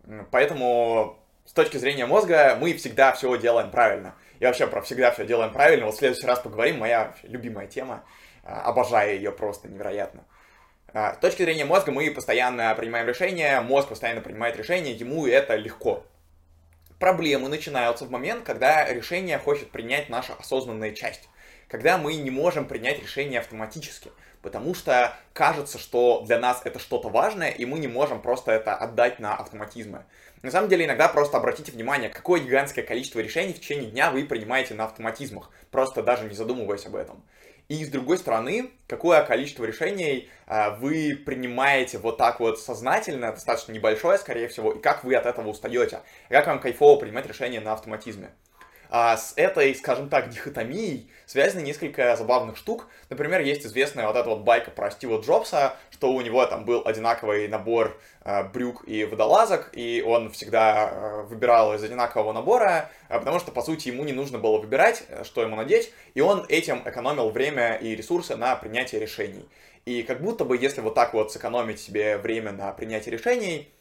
Поэтому с точки зрения мозга мы всегда все делаем правильно. И вообще про всегда все делаем правильно. Вот в следующий раз поговорим, моя любимая тема. Обожаю ее просто невероятно. С точки зрения мозга мы постоянно принимаем решения, мозг постоянно принимает решения, ему это легко. Проблемы начинаются в момент, когда решение хочет принять наша осознанная часть. Когда мы не можем принять решение автоматически. Потому что кажется, что для нас это что-то важное, и мы не можем просто это отдать на автоматизмы. На самом деле, иногда просто обратите внимание, какое гигантское количество решений в течение дня вы принимаете на автоматизмах, просто даже не задумываясь об этом. И с другой стороны, какое количество решений а, вы принимаете вот так вот сознательно, достаточно небольшое, скорее всего, и как вы от этого устаете, как вам кайфово принимать решения на автоматизме. А с этой, скажем так, дихотомией связаны несколько забавных штук. Например, есть известная вот эта вот байка про Стива Джобса, что у него там был одинаковый набор э, брюк и водолазок, и он всегда э, выбирал из одинакового набора, э, потому что, по сути, ему не нужно было выбирать, что ему надеть, и он этим экономил время и ресурсы на принятие решений. И как будто бы, если вот так вот сэкономить себе время на принятие решений,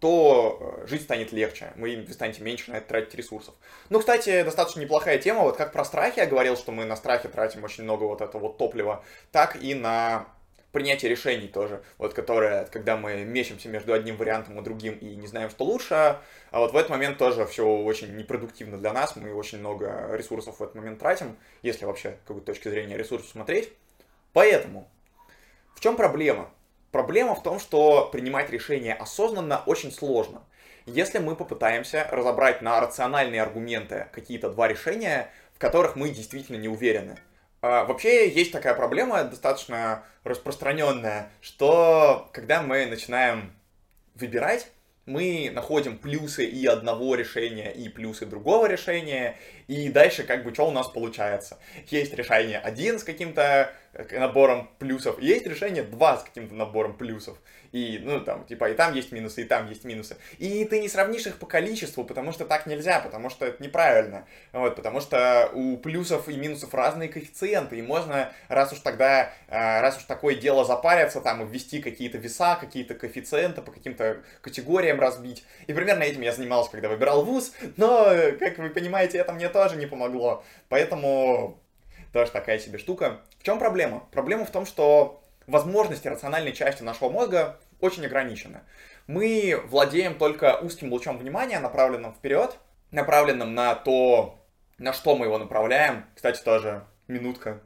то жить станет легче, вы станете меньше на это тратить ресурсов. Ну, кстати, достаточно неплохая тема, вот как про страхи я говорил, что мы на страхе тратим очень много вот этого вот топлива, так и на принятие решений тоже, вот которое, когда мы мечемся между одним вариантом и другим и не знаем, что лучше, а вот в этот момент тоже все очень непродуктивно для нас, мы очень много ресурсов в этот момент тратим, если вообще с какой-то точки зрения ресурсов смотреть. Поэтому, в чем проблема? Проблема в том, что принимать решения осознанно очень сложно. Если мы попытаемся разобрать на рациональные аргументы какие-то два решения, в которых мы действительно не уверены. Вообще есть такая проблема, достаточно распространенная, что когда мы начинаем выбирать, Мы находим плюсы и одного решения, и плюсы другого решения, и дальше как бы что у нас получается. Есть решение один с каким-то набором плюсов, и есть решение два с каким-то набором плюсов. И, ну, там, типа, и там есть минусы, и там есть минусы. И ты не сравнишь их по количеству, потому что так нельзя, потому что это неправильно. Вот, потому что у плюсов и минусов разные коэффициенты, и можно, раз уж тогда, раз уж такое дело запариться, там, ввести какие-то веса, какие-то коэффициенты по каким-то категориям разбить. И примерно этим я занимался, когда выбирал вуз, но, как вы понимаете, это мне тоже не помогло. Поэтому тоже такая себе штука. В чем проблема? Проблема в том, что возможности рациональной части нашего мозга очень ограничены. Мы владеем только узким лучом внимания, направленным вперед, направленным на то, на что мы его направляем. Кстати, тоже минутка.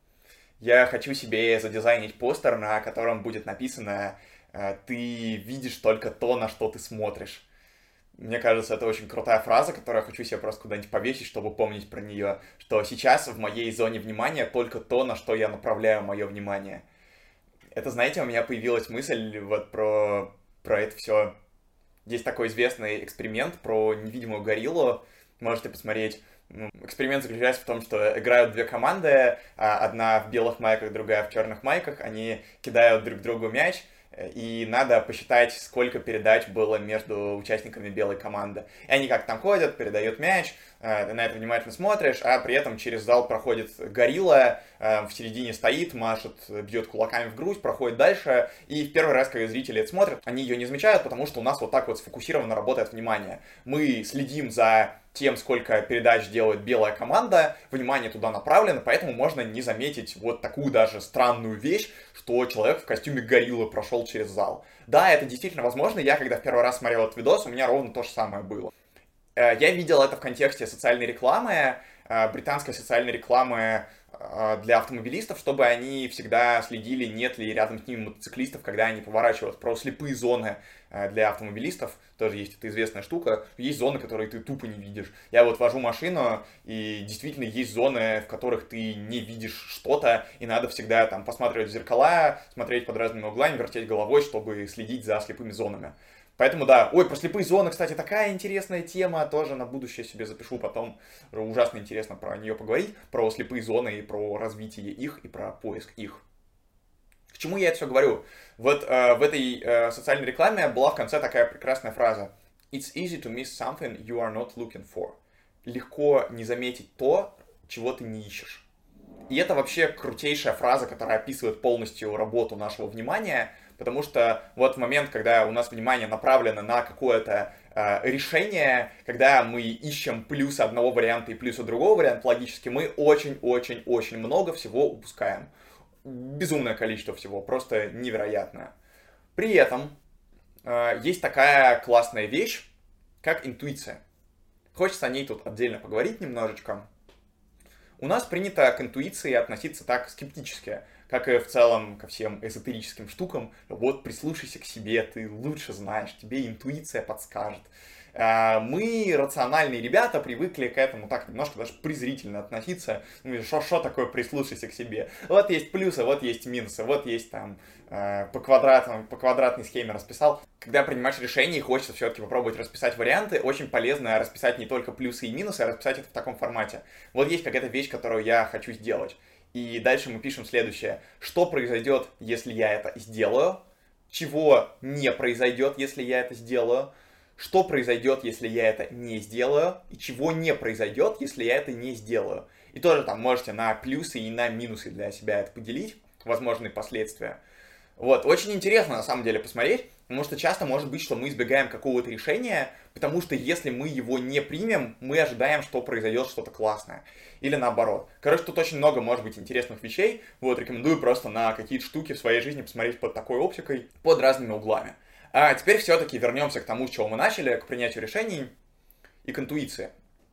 Я хочу себе задизайнить постер, на котором будет написано «Ты видишь только то, на что ты смотришь». Мне кажется, это очень крутая фраза, которую я хочу себе просто куда-нибудь повесить, чтобы помнить про нее, что сейчас в моей зоне внимания только то, на что я направляю мое внимание. Это, знаете, у меня появилась мысль вот про, про это все. Есть такой известный эксперимент про невидимую гориллу, можете посмотреть. Эксперимент заключается в том, что играют две команды, одна в белых майках, другая в черных майках, они кидают друг другу мяч, и надо посчитать, сколько передач было между участниками белой команды. И они как там ходят, передают мяч, на это внимательно смотришь, а при этом через зал проходит горилла, в середине стоит, машет, бьет кулаками в грудь, проходит дальше, и в первый раз, когда зрители это смотрят, они ее не замечают, потому что у нас вот так вот сфокусированно работает внимание. Мы следим за тем, сколько передач делает белая команда, внимание туда направлено, поэтому можно не заметить вот такую даже странную вещь, что человек в костюме гориллы прошел через зал. Да, это действительно возможно, я когда в первый раз смотрел этот видос, у меня ровно то же самое было. Я видел это в контексте социальной рекламы, британской социальной рекламы для автомобилистов, чтобы они всегда следили, нет ли рядом с ними мотоциклистов, когда они поворачивают. Про слепые зоны для автомобилистов тоже есть эта известная штука. Есть зоны, которые ты тупо не видишь. Я вот вожу машину, и действительно есть зоны, в которых ты не видишь что-то, и надо всегда там посматривать в зеркала, смотреть под разными углами, вертеть головой, чтобы следить за слепыми зонами. Поэтому да, ой, про слепые зоны, кстати, такая интересная тема, тоже на будущее себе запишу потом, ужасно интересно про нее поговорить, про слепые зоны и про развитие их, и про поиск их. К чему я это все говорю? Вот э, в этой э, социальной рекламе была в конце такая прекрасная фраза «It's easy to miss something you are not looking for». Легко не заметить то, чего ты не ищешь. И это вообще крутейшая фраза, которая описывает полностью работу нашего внимания, потому что вот в момент, когда у нас внимание направлено на какое-то э, решение, когда мы ищем плюсы одного варианта и плюсы другого варианта логически, мы очень-очень-очень много всего упускаем. Безумное количество всего, просто невероятное. При этом э, есть такая классная вещь, как интуиция. Хочется о ней тут отдельно поговорить немножечко. У нас принято к интуиции относиться так скептически, как и в целом ко всем эзотерическим штукам. Вот прислушайся к себе, ты лучше знаешь, тебе интуиция подскажет. Мы, рациональные ребята, привыкли к этому так немножко даже презрительно относиться. Что такое прислушайся к себе? Вот есть плюсы, вот есть минусы, вот есть там по, квадратам, по квадратной схеме расписал. Когда принимаешь решение и хочется все-таки попробовать расписать варианты, очень полезно расписать не только плюсы и минусы, а расписать это в таком формате. Вот есть какая-то вещь, которую я хочу сделать. И дальше мы пишем следующее. Что произойдет, если я это сделаю? Чего не произойдет, если я это сделаю? Что произойдет, если я это не сделаю? И чего не произойдет, если я это не сделаю? И тоже там можете на плюсы и на минусы для себя это поделить, возможные последствия. Вот, очень интересно на самом деле посмотреть, потому что часто может быть, что мы избегаем какого-то решения, потому что если мы его не примем, мы ожидаем, что произойдет что-то классное. Или наоборот. Короче, тут очень много может быть интересных вещей. Вот, рекомендую просто на какие-то штуки в своей жизни посмотреть под такой оптикой, под разными углами. А теперь все-таки вернемся к тому, с чего мы начали, к принятию решений и к интуиции.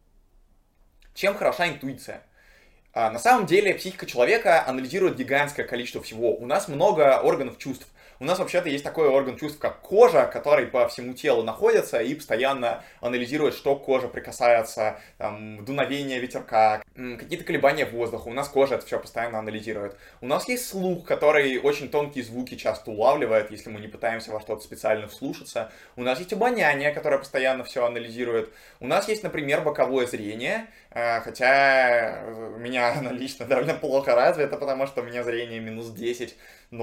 Чем хороша интуиция? А, на самом деле психика человека анализирует гигантское количество всего. У нас много органов чувств. У нас вообще-то есть такой орган чувств, как кожа, который по всему телу находится и постоянно анализирует, что к коже прикасается, там, дуновение ветерка, какие-то колебания воздуха. У нас кожа это все постоянно анализирует. У нас есть слух, который очень тонкие звуки часто улавливает, если мы не пытаемся во что-то специально вслушаться. У нас есть обоняние, которое постоянно все анализирует. У нас есть, например, боковое зрение, хотя у меня оно лично довольно плохо развито, потому что у меня зрение минус десять,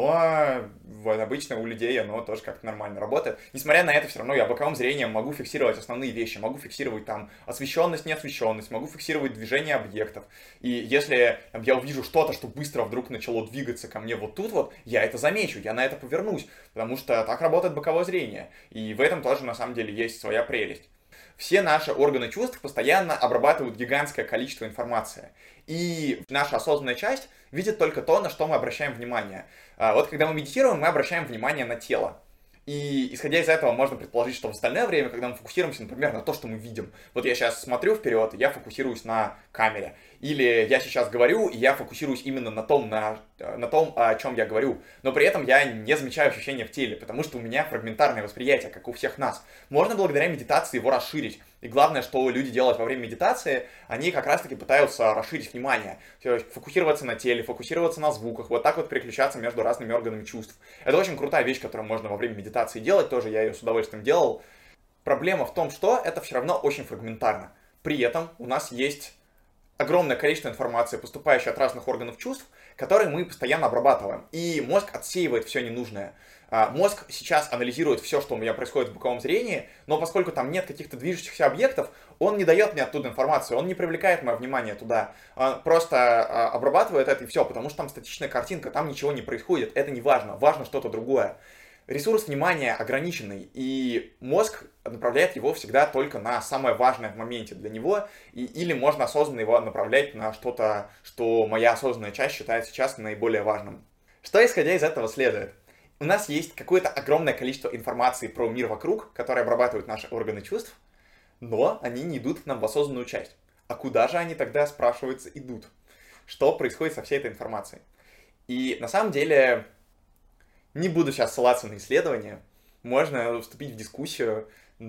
но вот, обычно у людей оно тоже как-то нормально работает. Несмотря на это, все равно я боковым зрением могу фиксировать основные вещи, могу фиксировать там освещенность, неосвещенность, могу фиксировать движение объектов. И если там, я увижу что-то, что быстро вдруг начало двигаться ко мне вот тут вот, я это замечу, я на это повернусь, потому что так работает боковое зрение. И в этом тоже на самом деле есть своя прелесть. Все наши органы чувств постоянно обрабатывают гигантское количество информации. И наша осознанная часть видит только то, на что мы обращаем внимание. Вот когда мы медитируем, мы обращаем внимание на тело. И исходя из этого можно предположить, что в остальное время, когда мы фокусируемся, например, на то, что мы видим. Вот я сейчас смотрю вперед, и я фокусируюсь на камере. Или я сейчас говорю, и я фокусируюсь именно на том, на, на том, о чем я говорю. Но при этом я не замечаю ощущения в теле, потому что у меня фрагментарное восприятие, как у всех нас. Можно благодаря медитации его расширить. И главное, что люди делают во время медитации, они как раз-таки пытаются расширить внимание. То есть фокусироваться на теле, фокусироваться на звуках, вот так вот переключаться между разными органами чувств. Это очень крутая вещь, которую можно во время медитации делать, тоже я ее с удовольствием делал. Проблема в том, что это все равно очень фрагментарно. При этом у нас есть огромное количество информации, поступающей от разных органов чувств, которые мы постоянно обрабатываем. И мозг отсеивает все ненужное. Мозг сейчас анализирует все, что у меня происходит в боковом зрении, но поскольку там нет каких-то движущихся объектов, он не дает мне оттуда информацию, он не привлекает мое внимание туда. Он просто обрабатывает это и все, потому что там статичная картинка, там ничего не происходит. Это не важно, важно что-то другое. Ресурс внимания ограниченный, и мозг направляет его всегда только на самое важное в моменте для него, и, или можно осознанно его направлять на что-то, что моя осознанная часть считает сейчас наиболее важным. Что, исходя из этого, следует? У нас есть какое-то огромное количество информации про мир вокруг, которые обрабатывают наши органы чувств, но они не идут к нам в осознанную часть. А куда же они тогда, спрашивается, идут? Что происходит со всей этой информацией? И на самом деле... Не буду сейчас ссылаться на исследования, можно вступить в дискуссию,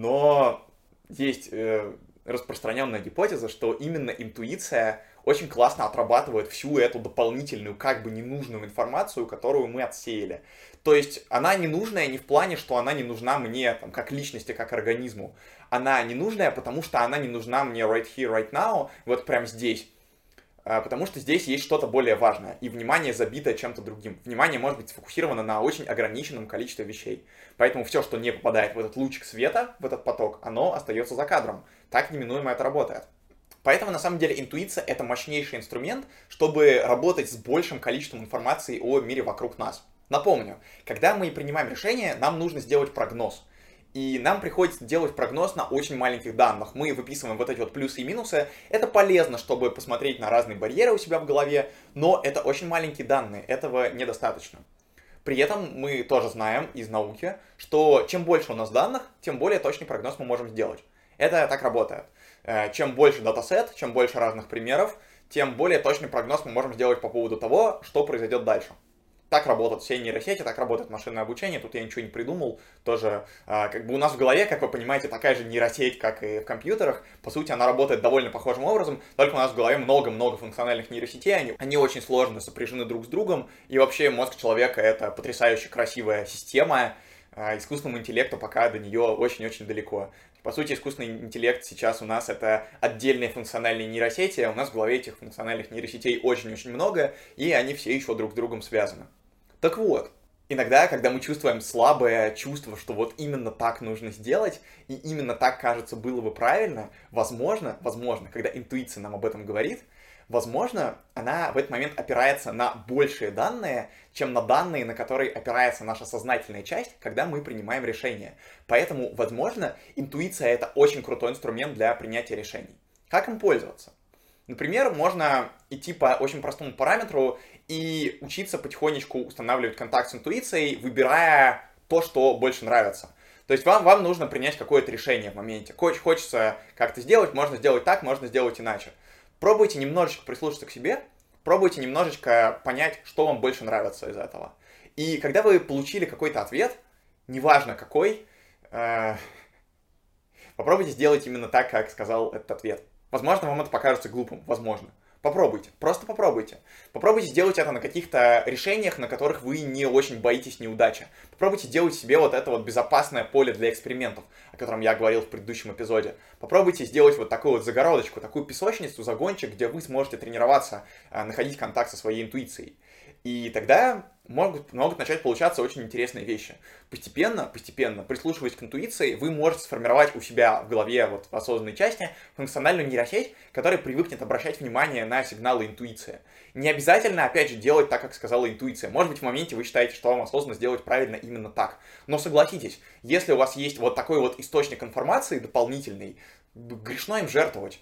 но есть э, распространенная гипотеза, что именно интуиция очень классно отрабатывает всю эту дополнительную, как бы ненужную информацию, которую мы отсеяли. То есть она ненужная не в плане, что она не нужна мне там, как личности, как организму. Она ненужная, потому что она не нужна мне right here, right now, вот прямо здесь. Потому что здесь есть что-то более важное, и внимание забито чем-то другим. Внимание может быть сфокусировано на очень ограниченном количестве вещей. Поэтому все, что не попадает в этот лучик света, в этот поток, оно остается за кадром. Так неминуемо это работает. Поэтому, на самом деле, интуиция — это мощнейший инструмент, чтобы работать с большим количеством информации о мире вокруг нас. Напомню, когда мы принимаем решение, нам нужно сделать прогноз. И нам приходится делать прогноз на очень маленьких данных. Мы выписываем вот эти вот плюсы и минусы. Это полезно, чтобы посмотреть на разные барьеры у себя в голове, но это очень маленькие данные, этого недостаточно. При этом мы тоже знаем из науки, что чем больше у нас данных, тем более точный прогноз мы можем сделать. Это так работает. Чем больше датасет, чем больше разных примеров, тем более точный прогноз мы можем сделать по поводу того, что произойдет дальше. Так работают все нейросети, так работает машинное обучение, тут я ничего не придумал. Тоже, э, как бы у нас в голове, как вы понимаете, такая же нейросеть, как и в компьютерах. По сути, она работает довольно похожим образом, только у нас в голове много-много функциональных нейросетей, они, они очень сложно сопряжены друг с другом. И вообще мозг человека — это потрясающе красивая система, э, искусственному интеллекту пока до нее очень-очень далеко. По сути, искусственный интеллект сейчас у нас это отдельные функциональные нейросети, а у нас в голове этих функциональных нейросетей очень-очень много, и они все еще друг с другом связаны. Так вот, иногда, когда мы чувствуем слабое чувство, что вот именно так нужно сделать, и именно так, кажется, было бы правильно, возможно, возможно, когда интуиция нам об этом говорит, возможно, она в этот момент опирается на большие данные, чем на данные, на которые опирается наша сознательная часть, когда мы принимаем решения. Поэтому, возможно, интуиция — это очень крутой инструмент для принятия решений. Как им пользоваться? Например, можно идти по очень простому параметру и учиться потихонечку устанавливать контакт с интуицией, выбирая то, что больше нравится. То есть вам, вам нужно принять какое-то решение в моменте. Хочется как-то сделать, можно сделать так, можно сделать иначе. Пробуйте немножечко прислушаться к себе, пробуйте немножечко понять, что вам больше нравится из этого. И когда вы получили какой-то ответ, неважно какой, э, попробуйте сделать именно так, как сказал этот ответ. Возможно, вам это покажется глупым, возможно. Попробуйте, просто попробуйте. Попробуйте сделать это на каких-то решениях, на которых вы не очень боитесь неудачи. Попробуйте сделать себе вот это вот безопасное поле для экспериментов, о котором я говорил в предыдущем эпизоде. Попробуйте сделать вот такую вот загородочку, такую песочницу, загончик, где вы сможете тренироваться, находить контакт со своей интуицией. И тогда могут, могут начать получаться очень интересные вещи. Постепенно, постепенно, прислушиваясь к интуиции, вы можете сформировать у себя в голове, вот в осознанной части, функциональную нейросеть, которая привыкнет обращать внимание на сигналы интуиции. Не обязательно, опять же, делать так, как сказала интуиция. Может быть, в моменте вы считаете, что вам осознанно сделать правильно именно так. Но согласитесь, если у вас есть вот такой вот источник информации дополнительный, грешно им жертвовать.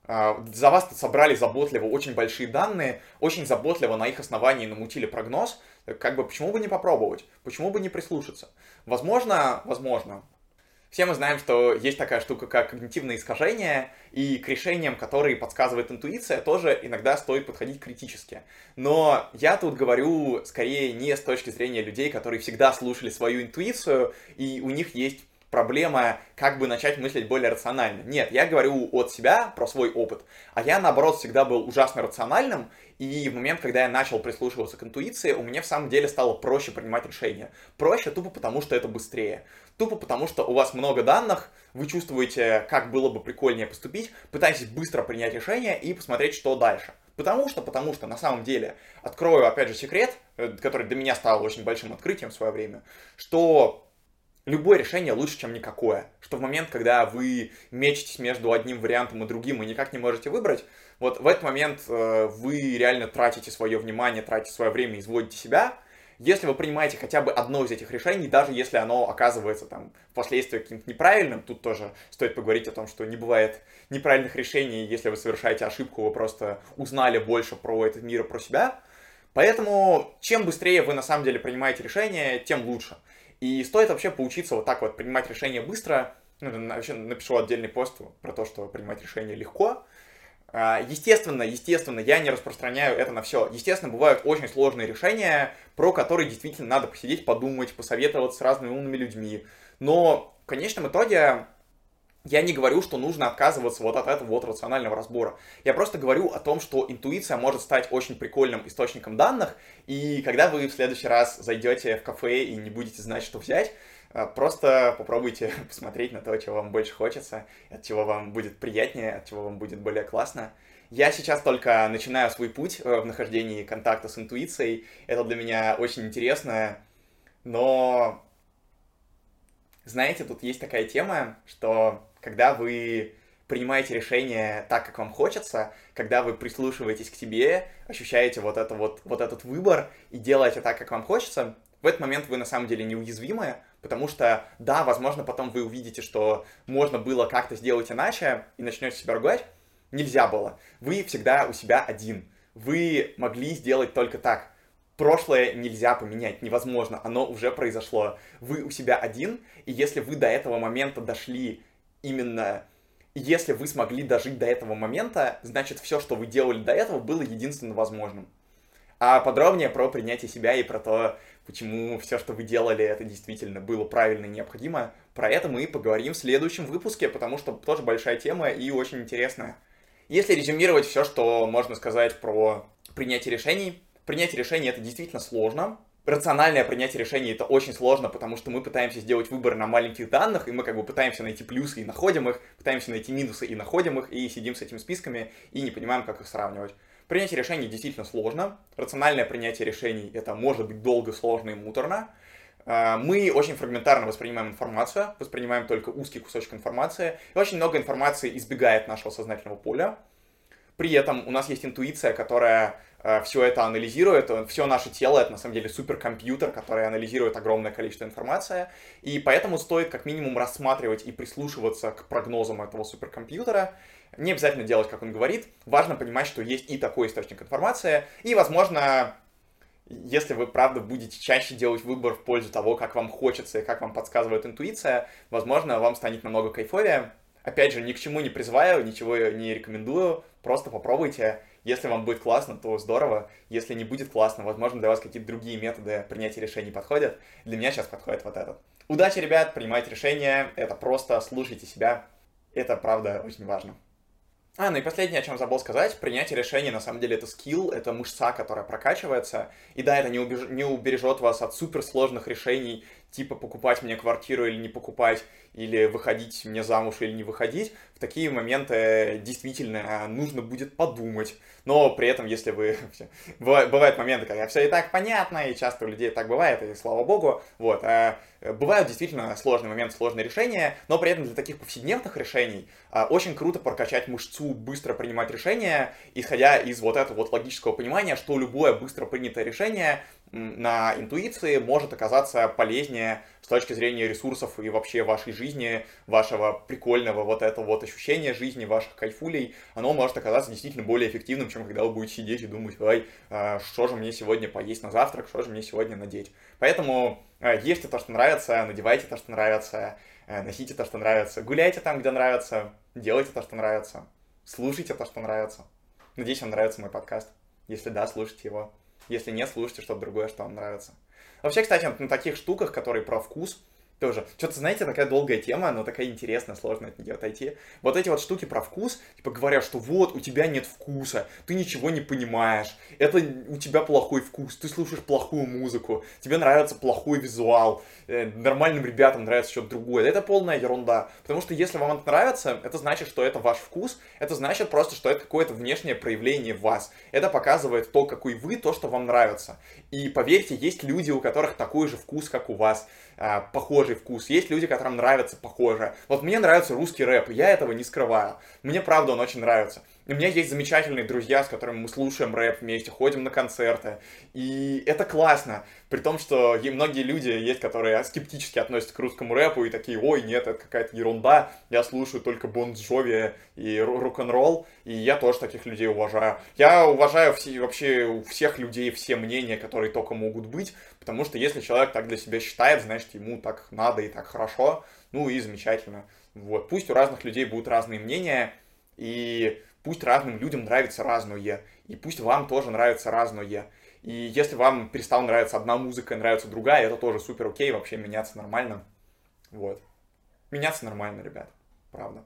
За вас собрали заботливо очень большие данные, очень заботливо на их основании намутили прогноз. Как бы почему бы не попробовать? Почему бы не прислушаться? Возможно, возможно. Все мы знаем, что есть такая штука, как когнитивные искажения, и к решениям, которые подсказывает интуиция, тоже иногда стоит подходить критически. Но я тут говорю скорее не с точки зрения людей, которые всегда слушали свою интуицию, и у них есть проблема, как бы начать мыслить более рационально. Нет, я говорю от себя, про свой опыт. А я, наоборот, всегда был ужасно рациональным, и в момент, когда я начал прислушиваться к интуиции, у меня в самом деле стало проще принимать решения. Проще тупо потому, что это быстрее. Тупо потому, что у вас много данных, вы чувствуете, как было бы прикольнее поступить, пытаетесь быстро принять решение и посмотреть, что дальше. Потому что, потому что, на самом деле, открою, опять же, секрет, который для меня стал очень большим открытием в свое время, что любое решение лучше, чем никакое. Что в момент, когда вы мечетесь между одним вариантом и другим и никак не можете выбрать, вот в этот момент э, вы реально тратите свое внимание, тратите свое время, изводите себя. Если вы принимаете хотя бы одно из этих решений, даже если оно оказывается там впоследствии каким-то неправильным, тут тоже стоит поговорить о том, что не бывает неправильных решений, если вы совершаете ошибку, вы просто узнали больше про этот мир и про себя. Поэтому чем быстрее вы на самом деле принимаете решение, тем лучше. И стоит вообще поучиться вот так вот принимать решения быстро. Ну, вообще напишу отдельный пост про то, что принимать решения легко. Естественно, естественно, я не распространяю это на все. Естественно, бывают очень сложные решения, про которые действительно надо посидеть, подумать, посоветоваться с разными умными людьми. Но в конечном итоге я не говорю, что нужно отказываться вот от этого вот рационального разбора. Я просто говорю о том, что интуиция может стать очень прикольным источником данных, и когда вы в следующий раз зайдете в кафе и не будете знать, что взять, просто попробуйте посмотреть на то, чего вам больше хочется, от чего вам будет приятнее, от чего вам будет более классно. Я сейчас только начинаю свой путь в нахождении контакта с интуицией. Это для меня очень интересно, но знаете, тут есть такая тема, что когда вы принимаете решение так, как вам хочется, когда вы прислушиваетесь к себе, ощущаете вот, это вот, вот этот выбор и делаете так, как вам хочется, в этот момент вы на самом деле неуязвимы, потому что, да, возможно, потом вы увидите, что можно было как-то сделать иначе и начнете себя ругать. Нельзя было. Вы всегда у себя один. Вы могли сделать только так. Прошлое нельзя поменять, невозможно, оно уже произошло. Вы у себя один, и если вы до этого момента дошли именно... Если вы смогли дожить до этого момента, значит, все, что вы делали до этого, было единственно возможным. А подробнее про принятие себя и про то, почему все, что вы делали, это действительно было правильно и необходимо, про это мы поговорим в следующем выпуске, потому что тоже большая тема и очень интересная. Если резюмировать все, что можно сказать про принятие решений, принятие решений это действительно сложно. Рациональное принятие решений это очень сложно, потому что мы пытаемся сделать выбор на маленьких данных, и мы как бы пытаемся найти плюсы и находим их, пытаемся найти минусы и находим их, и сидим с этими списками и не понимаем, как их сравнивать. Принятие решений действительно сложно. Рациональное принятие решений это может быть долго, сложно и муторно. Мы очень фрагментарно воспринимаем информацию, воспринимаем только узкий кусочек информации, и очень много информации избегает нашего сознательного поля. При этом у нас есть интуиция, которая э, все это анализирует. Все наше тело — это на самом деле суперкомпьютер, который анализирует огромное количество информации. И поэтому стоит как минимум рассматривать и прислушиваться к прогнозам этого суперкомпьютера. Не обязательно делать, как он говорит. Важно понимать, что есть и такой источник информации. И, возможно, если вы, правда, будете чаще делать выбор в пользу того, как вам хочется и как вам подсказывает интуиция, возможно, вам станет намного кайфовее. Опять же, ни к чему не призываю, ничего не рекомендую, просто попробуйте. Если вам будет классно, то здорово. Если не будет классно, возможно, для вас какие-то другие методы принятия решений подходят. Для меня сейчас подходит вот этот. Удачи, ребят, принимайте решения. Это просто слушайте себя. Это, правда, очень важно. А, ну и последнее, о чем забыл сказать, принятие решений, на самом деле, это скилл, это мышца, которая прокачивается, и да, это не, убеж... не убережет вас от суперсложных решений, типа покупать мне квартиру или не покупать, или выходить мне замуж или не выходить. В такие моменты действительно нужно будет подумать, но при этом, если вы... Бывают моменты, когда все и так понятно, и часто у людей так бывает, и слава богу, вот, бывают действительно сложные моменты, сложные решения, но при этом для таких повседневных решений очень круто прокачать мышцу, быстро принимать решения, исходя из вот этого вот логического понимания, что любое быстро принятое решение на интуиции может оказаться полезнее с точки зрения ресурсов и вообще вашей жизни, вашего прикольного вот этого вот ощущения жизни, ваших кайфулей, оно может оказаться действительно более эффективным, чем когда вы будете сидеть и думать, ой, что же мне сегодня поесть на завтрак, что же мне сегодня надеть. Поэтому ешьте то, что нравится, надевайте то, что нравится, носите то, что нравится, гуляйте там, где нравится, делайте то, что нравится, слушайте то, что нравится. Надеюсь, вам нравится мой подкаст. Если да, слушайте его. Если нет, слушайте что-то другое, что вам нравится. Вообще, кстати, на таких штуках, которые про вкус, тоже. Что-то, знаете, такая долгая тема, но такая интересная, сложно от нее отойти. Вот эти вот штуки про вкус, типа говорят, что вот, у тебя нет вкуса, ты ничего не понимаешь, это у тебя плохой вкус, ты слушаешь плохую музыку, тебе нравится плохой визуал, э, нормальным ребятам нравится что-то другое. Это полная ерунда. Потому что если вам это нравится, это значит, что это ваш вкус, это значит просто, что это какое-то внешнее проявление вас. Это показывает то, какой вы, то, что вам нравится. И поверьте, есть люди, у которых такой же вкус, как у вас, э, похожий вкус. Есть люди, которым нравится похоже. Вот мне нравится русский рэп, я этого не скрываю. Мне, правда, он очень нравится. У меня есть замечательные друзья, с которыми мы слушаем рэп вместе, ходим на концерты. И это классно. При том, что многие люди есть, которые скептически относятся к русскому рэпу и такие, ой, нет, это какая-то ерунда, я слушаю только Бон Джови и рок-н-ролл, и я тоже таких людей уважаю. Я уважаю все, вообще у всех людей все мнения, которые только могут быть, потому что если человек так для себя считает, значит, ему так надо и так хорошо, ну и замечательно. Вот. Пусть у разных людей будут разные мнения, и пусть разным людям нравится разное, и пусть вам тоже нравится разное. И если вам перестала нравиться одна музыка, нравится другая, это тоже супер окей, вообще меняться нормально. Вот. Меняться нормально, ребят. Правда.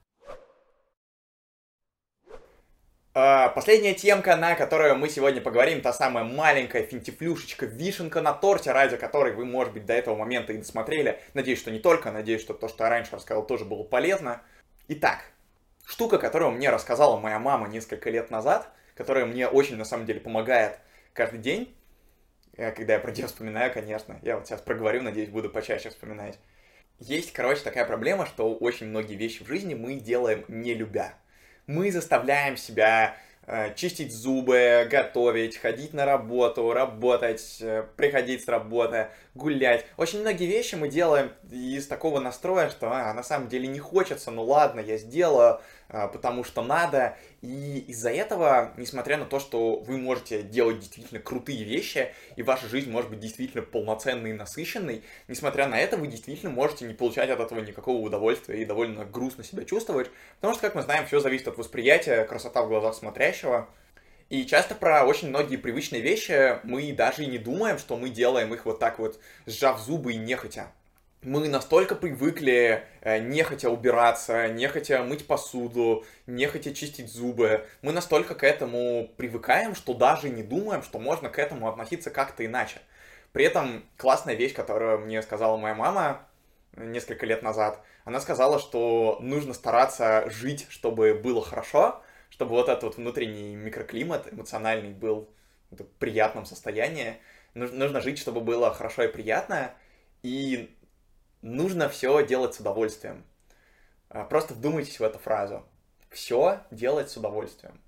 Последняя темка, на которую мы сегодня поговорим, та самая маленькая финтифлюшечка, вишенка на торте, ради которой вы, может быть, до этого момента и досмотрели. Надеюсь, что не только, надеюсь, что то, что я раньше рассказал, тоже было полезно. Итак, штука, которую мне рассказала моя мама несколько лет назад, которая мне очень, на самом деле, помогает каждый день, когда я про нее вспоминаю, конечно. Я вот сейчас проговорю, надеюсь, буду почаще вспоминать. Есть, короче, такая проблема, что очень многие вещи в жизни мы делаем не любя. Мы заставляем себя э, чистить зубы, готовить, ходить на работу, работать, э, приходить с работы, гулять. Очень многие вещи мы делаем из такого настроя, что а, на самом деле не хочется, ну ладно, я сделаю, э, потому что надо. И из-за этого, несмотря на то, что вы можете делать действительно крутые вещи, и ваша жизнь может быть действительно полноценной и насыщенной, несмотря на это, вы действительно можете не получать от этого никакого удовольствия и довольно грустно себя чувствовать, потому что, как мы знаем, все зависит от восприятия, красота в глазах смотрящего. И часто про очень многие привычные вещи мы даже и не думаем, что мы делаем их вот так вот, сжав зубы и нехотя. Мы настолько привыкли э, нехотя убираться, нехотя мыть посуду, нехотя чистить зубы. Мы настолько к этому привыкаем, что даже не думаем, что можно к этому относиться как-то иначе. При этом классная вещь, которую мне сказала моя мама несколько лет назад, она сказала, что нужно стараться жить, чтобы было хорошо, чтобы вот этот вот внутренний микроклимат эмоциональный был в приятном состоянии. Нужно жить, чтобы было хорошо и приятно, и нужно все делать с удовольствием. Просто вдумайтесь в эту фразу. Все делать с удовольствием.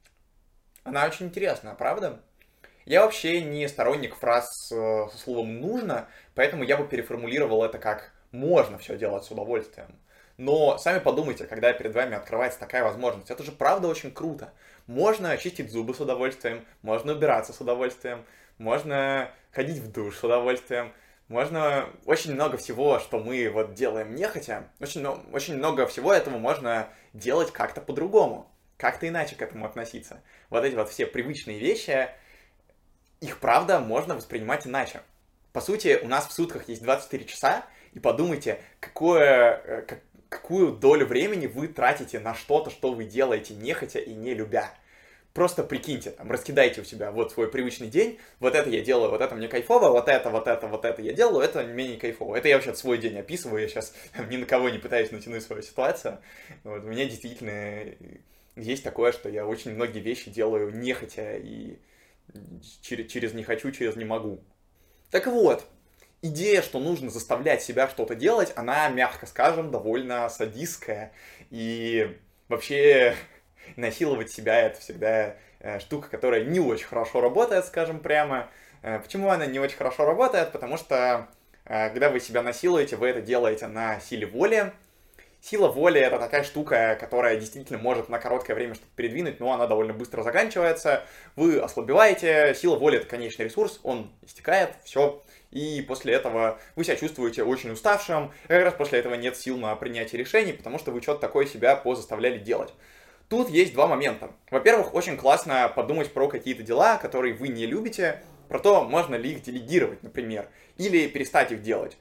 Она очень интересная, правда? Я вообще не сторонник фраз со словом «нужно», поэтому я бы переформулировал это как «можно все делать с удовольствием». Но сами подумайте, когда перед вами открывается такая возможность. Это же правда очень круто. Можно чистить зубы с удовольствием, можно убираться с удовольствием, можно ходить в душ с удовольствием. Можно очень много всего, что мы вот делаем нехотя, очень, очень много всего этого можно делать как-то по-другому. как-то иначе к этому относиться. Вот эти вот все привычные вещи, их, правда, можно воспринимать иначе. По сути, у нас в сутках есть двадцать четыре часа, и подумайте, какое, как, какую долю времени вы тратите на что-то, что вы делаете нехотя и не любя. Просто прикиньте, там, раскидайте у себя вот свой привычный день, вот это я делаю, вот это мне кайфово, вот это, вот это, вот это я делаю, это менее кайфово. Это я вообще свой день описываю, я сейчас ни на кого не пытаюсь натянуть свою ситуацию. Вот, у меня действительно есть такое, что я очень многие вещи делаю нехотя и через, через не хочу, через не могу. Так вот, идея, что нужно заставлять себя что-то делать, она, мягко скажем, довольно садистская. И вообще насиловать себя — это всегда э, штука, которая не очень хорошо работает, скажем прямо. Э, почему она не очень хорошо работает? Потому что, э, когда вы себя насилуете, вы это делаете на силе воли. Сила воли — это такая штука, которая действительно может на короткое время что-то передвинуть, но она довольно быстро заканчивается. Вы ослабеваете, сила воли — это конечный ресурс, он истекает, все. И после этого вы себя чувствуете очень уставшим, и как раз после этого нет сил на принятие решений, потому что вы что-то такое себя позаставляли делать. Тут есть два момента. Во-первых, очень классно подумать про какие-то дела, которые вы не любите, про то, можно ли их делегировать, например, или перестать их делать,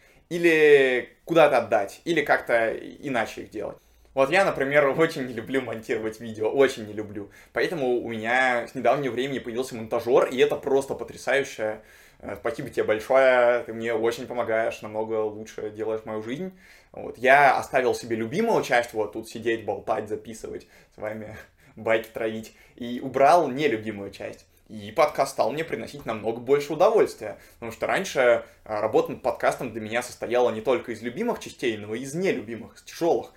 или куда-то отдать, или как-то иначе их делать. Вот я, например, очень не люблю монтировать видео, очень не люблю. Поэтому у меня с недавнего времени появился монтажер, и это просто потрясающе. Спасибо тебе большое, ты мне очень помогаешь, намного лучше делаешь мою жизнь. Вот. Я оставил себе любимую часть, вот тут сидеть, болтать, записывать, с вами байки травить, и убрал нелюбимую часть. И подкаст стал мне приносить намного больше удовольствия, потому что раньше работа над подкастом для меня состояла не только из любимых частей, но и из нелюбимых, из тяжелых.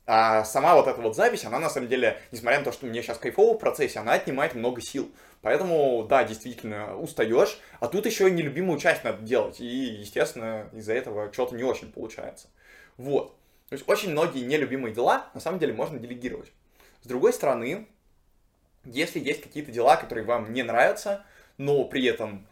А сама вот эта вот запись, она на самом деле, несмотря на то, что мне сейчас кайфово в процессе, она отнимает много сил. Поэтому, да, действительно, устаешь, а тут еще и нелюбимую часть надо делать. И, естественно, из-за этого что-то не очень получается. Вот. То есть очень многие нелюбимые дела, на самом деле, можно делегировать. С другой стороны, если есть какие-то дела, которые вам не нравятся, но при этом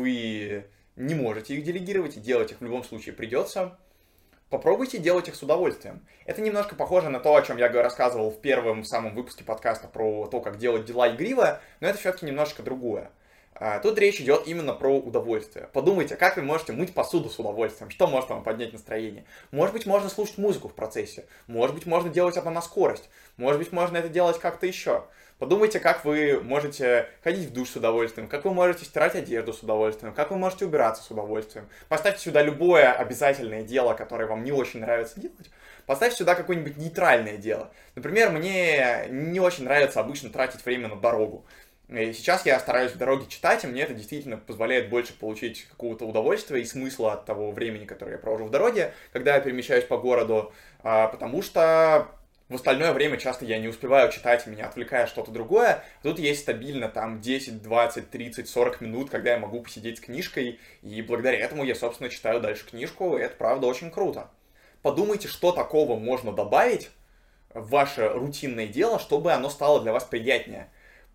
вы не можете их делегировать, и делать их в любом случае придется, попробуйте делать их с удовольствием. Это немножко похоже на то, о чем я рассказывал в первом самом выпуске подкаста про то, как делать дела игриво, но это все-таки немножко другое. Тут речь идет именно про удовольствие. Подумайте, как вы можете мыть посуду с удовольствием, что может вам поднять настроение. Может быть, можно слушать музыку в процессе, может быть, можно делать это на скорость, может быть, можно это делать как-то еще. Подумайте, как вы можете ходить в душ с удовольствием, как вы можете стирать одежду с удовольствием, как вы можете убираться с удовольствием. Поставьте сюда любое обязательное дело, которое вам не очень нравится делать. Поставьте сюда какое-нибудь нейтральное дело. Например, мне не очень нравится обычно тратить время на дорогу. И сейчас я стараюсь в дороге читать, и мне это действительно позволяет больше получить какого-то удовольствия и смысла от того времени, которое я провожу в дороге, когда я перемещаюсь по городу, потому что в остальное время часто я не успеваю читать, меня отвлекает что-то другое. Тут есть стабильно там десять, двадцать, тридцать, сорок минут, когда я могу посидеть с книжкой, и благодаря этому я, собственно, читаю дальше книжку, и это, правда, очень круто. Подумайте, что такого можно добавить в ваше рутинное дело, чтобы оно стало для вас приятнее.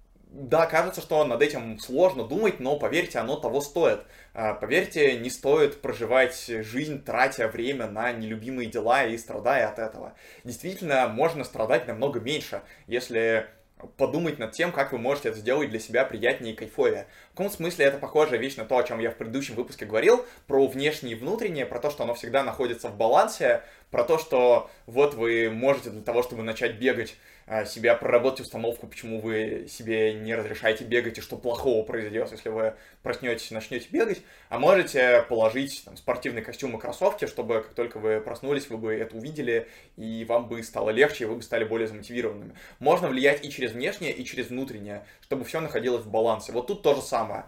Да, кажется, что над этим сложно думать, но поверьте, оно того стоит. Поверьте, не стоит проживать жизнь, тратя время на нелюбимые дела и страдая от этого. Действительно, можно страдать намного меньше, если подумать над тем, как вы можете это сделать для себя приятнее и кайфовее. В каком смысле это похожая вещь на то, о чем я в предыдущем выпуске говорил, про внешнее и внутреннее, про то, что оно всегда находится в балансе, про то, что вот вы можете для того, чтобы начать бегать, себя проработать установку, почему вы себе не разрешаете бегать и что плохого произойдет, если вы проснетесь и начнете бегать, а можете положить там, спортивный костюм и кроссовки, чтобы как только вы проснулись, вы бы это увидели, и вам бы стало легче, и вы бы стали более замотивированными. Можно влиять и через внешнее, и через внутреннее, чтобы все находилось в балансе. Вот тут то же самое.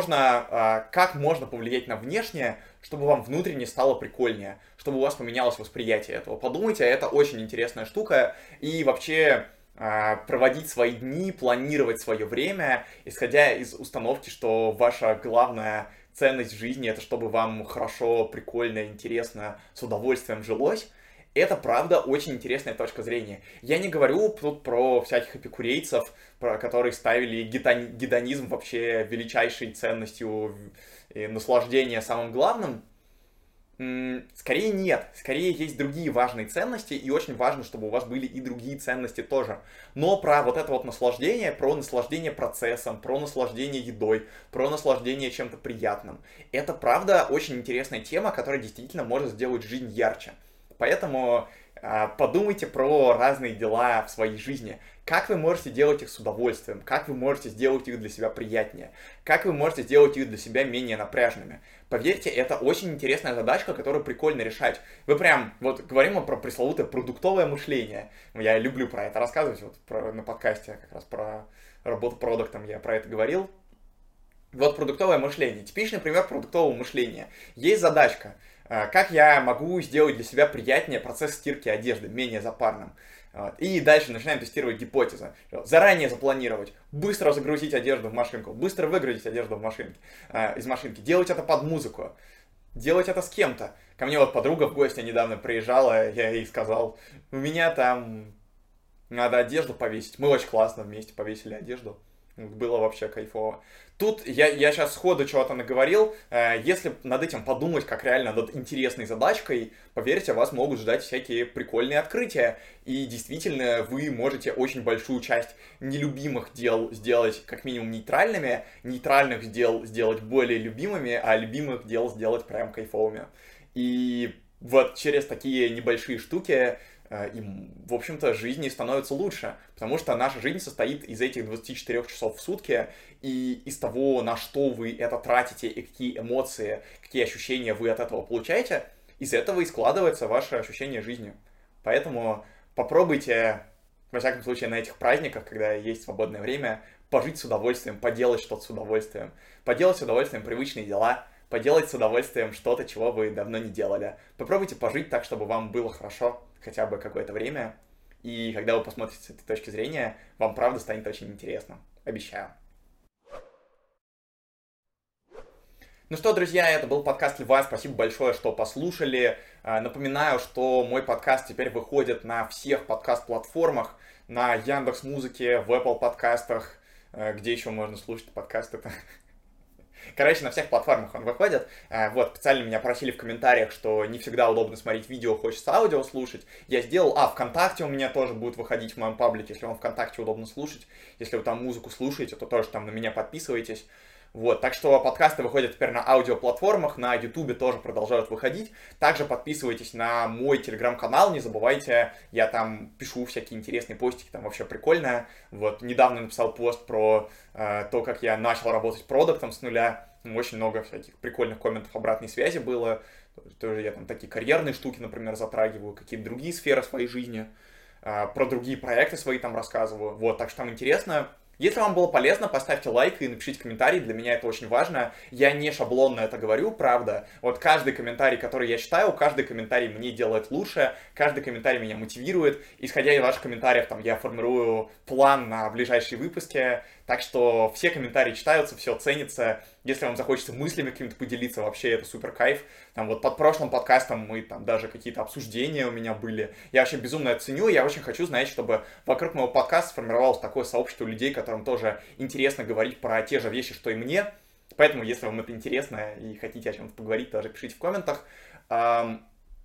Можно, как можно повлиять на внешнее, чтобы вам внутренне стало прикольнее, чтобы у вас поменялось восприятие этого. Подумайте, это очень интересная штука, и вообще проводить свои дни, планировать свое время, исходя из установки, что ваша главная ценность в жизни — это чтобы вам хорошо, прикольно, интересно, с удовольствием жилось. Это, правда, очень интересная точка зрения. Я не говорю тут про всяких эпикурейцев, про которые ставили гедонизм вообще величайшей ценностью и наслаждение самым главным. Скорее нет, скорее есть другие важные ценности, и очень важно, чтобы у вас были и другие ценности тоже. Но про вот это вот наслаждение, про наслаждение процессом, про наслаждение едой, про наслаждение чем-то приятным. Это, правда, очень интересная тема, которая действительно может сделать жизнь ярче. Поэтому э, подумайте про разные дела в своей жизни. Как вы можете делать их с удовольствием? Как вы можете сделать их для себя приятнее? Как вы можете сделать их для себя менее напряжными? Поверьте, это очень интересная задачка, которую прикольно решать. Вы прям, вот говорим про пресловутое продуктовое мышление. Я люблю про это рассказывать, вот про, на подкасте как раз про работу продуктом я про это говорил. Вот продуктовое мышление. Типичный пример продуктового мышления. Есть задачка. Как я могу сделать для себя приятнее процесс стирки одежды, менее запарным? Вот. И дальше начинаем тестировать гипотезы. Заранее запланировать, быстро загрузить одежду в машинку, быстро выгрузить одежду в машинке, э, из машинки, делать это под музыку, делать это с кем-то. Ко мне вот подруга в гости недавно приезжала, я ей сказал, у меня там надо одежду повесить. Мы очень классно вместе повесили одежду. Было вообще кайфово. Тут я, я сейчас сходу чего-то наговорил. Если над этим подумать, как реально над интересной задачкой, поверьте, вас могут ждать всякие прикольные открытия. И действительно, вы можете очень большую часть нелюбимых дел сделать как минимум нейтральными, нейтральных дел сделать более любимыми, а любимых дел сделать прям кайфовыми. И вот через такие небольшие штуки и, в общем-то, жизни становится лучше, потому что наша жизнь состоит из этих двадцати четырёх часов в сутки, и из того, на что вы это тратите, и какие эмоции, какие ощущения вы от этого получаете, из этого и складывается ваше ощущение жизни. Поэтому попробуйте, во всяком случае, на этих праздниках, когда есть свободное время, пожить с удовольствием, поделать что-то с удовольствием, поделать с удовольствием привычные дела, поделать с удовольствием что-то, чего вы давно не делали. Попробуйте пожить так, чтобы вам было хорошо хотя бы какое-то время, и когда вы посмотрите с этой точки зрения, вам правда станет очень интересно. Обещаю. Ну что, друзья, это был подкаст Льва. Спасибо большое, что послушали. Напоминаю, что мой подкаст теперь выходит на всех подкаст-платформах, на Яндекс.Музыке, в Apple подкастах, где еще можно слушать подкасты-то. Короче, на всех платформах он выходит. Вот, специально меня просили в комментариях, что не всегда удобно смотреть видео, хочется аудио слушать. Я сделал... А, ВКонтакте у меня тоже будет выходить в моем паблике, если вам ВКонтакте удобно слушать. Если вы там музыку слушаете, то тоже там на меня подписывайтесь. Вот, так что подкасты выходят теперь на аудиоплатформах, на Ютубе тоже продолжают выходить. Также подписывайтесь на мой телеграм-канал, не забывайте, я там пишу всякие интересные постики, там вообще прикольно. Вот, недавно написал пост про э, то, как я начал работать продуктом с нуля. Очень много всяких прикольных комментов обратной связи было. Тоже я там такие карьерные штуки, например, затрагиваю, какие-то другие сферы своей жизни, э, про другие проекты свои там рассказываю. Вот, так что там интересно. Если вам было полезно, поставьте лайк и напишите комментарий, для меня это очень важно. Я не шаблонно это говорю, правда. Вот каждый комментарий, который я читаю, каждый комментарий мне делает лучше, каждый комментарий меня мотивирует. Исходя из ваших комментариев, там, я формирую план на ближайшие выпуски. Так что все комментарии читаются, все ценится. Если вам захочется мыслями какими-то поделиться, вообще это супер кайф. Там вот под прошлым подкастом мы там даже какие-то обсуждения у меня были. Я вообще безумно это ценю. Я очень хочу, знаете, чтобы вокруг моего подкаста сформировалось такое сообщество людей, которым тоже интересно говорить про те же вещи, что и мне. Поэтому, если вам это интересно и хотите о чем-то поговорить, тоже пишите в комментах. Да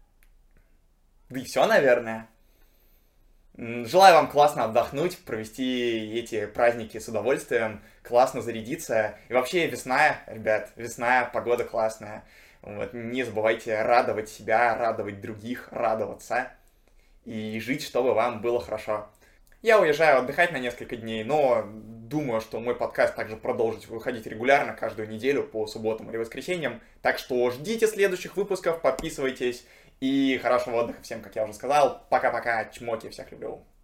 и все, наверное. Желаю вам классно отдохнуть, провести эти праздники с удовольствием, классно зарядиться. И вообще весна, ребят, весна, погода классная. Вот, не забывайте радовать себя, радовать других, радоваться и жить, чтобы вам было хорошо. Я уезжаю отдыхать на несколько дней, но думаю, что мой подкаст также продолжит выходить регулярно, каждую неделю по субботам или воскресеньям. Так что ждите следующих выпусков, подписывайтесь. И хорошего отдыха всем, как я уже сказал. Пока-пока, чмоки, всех люблю.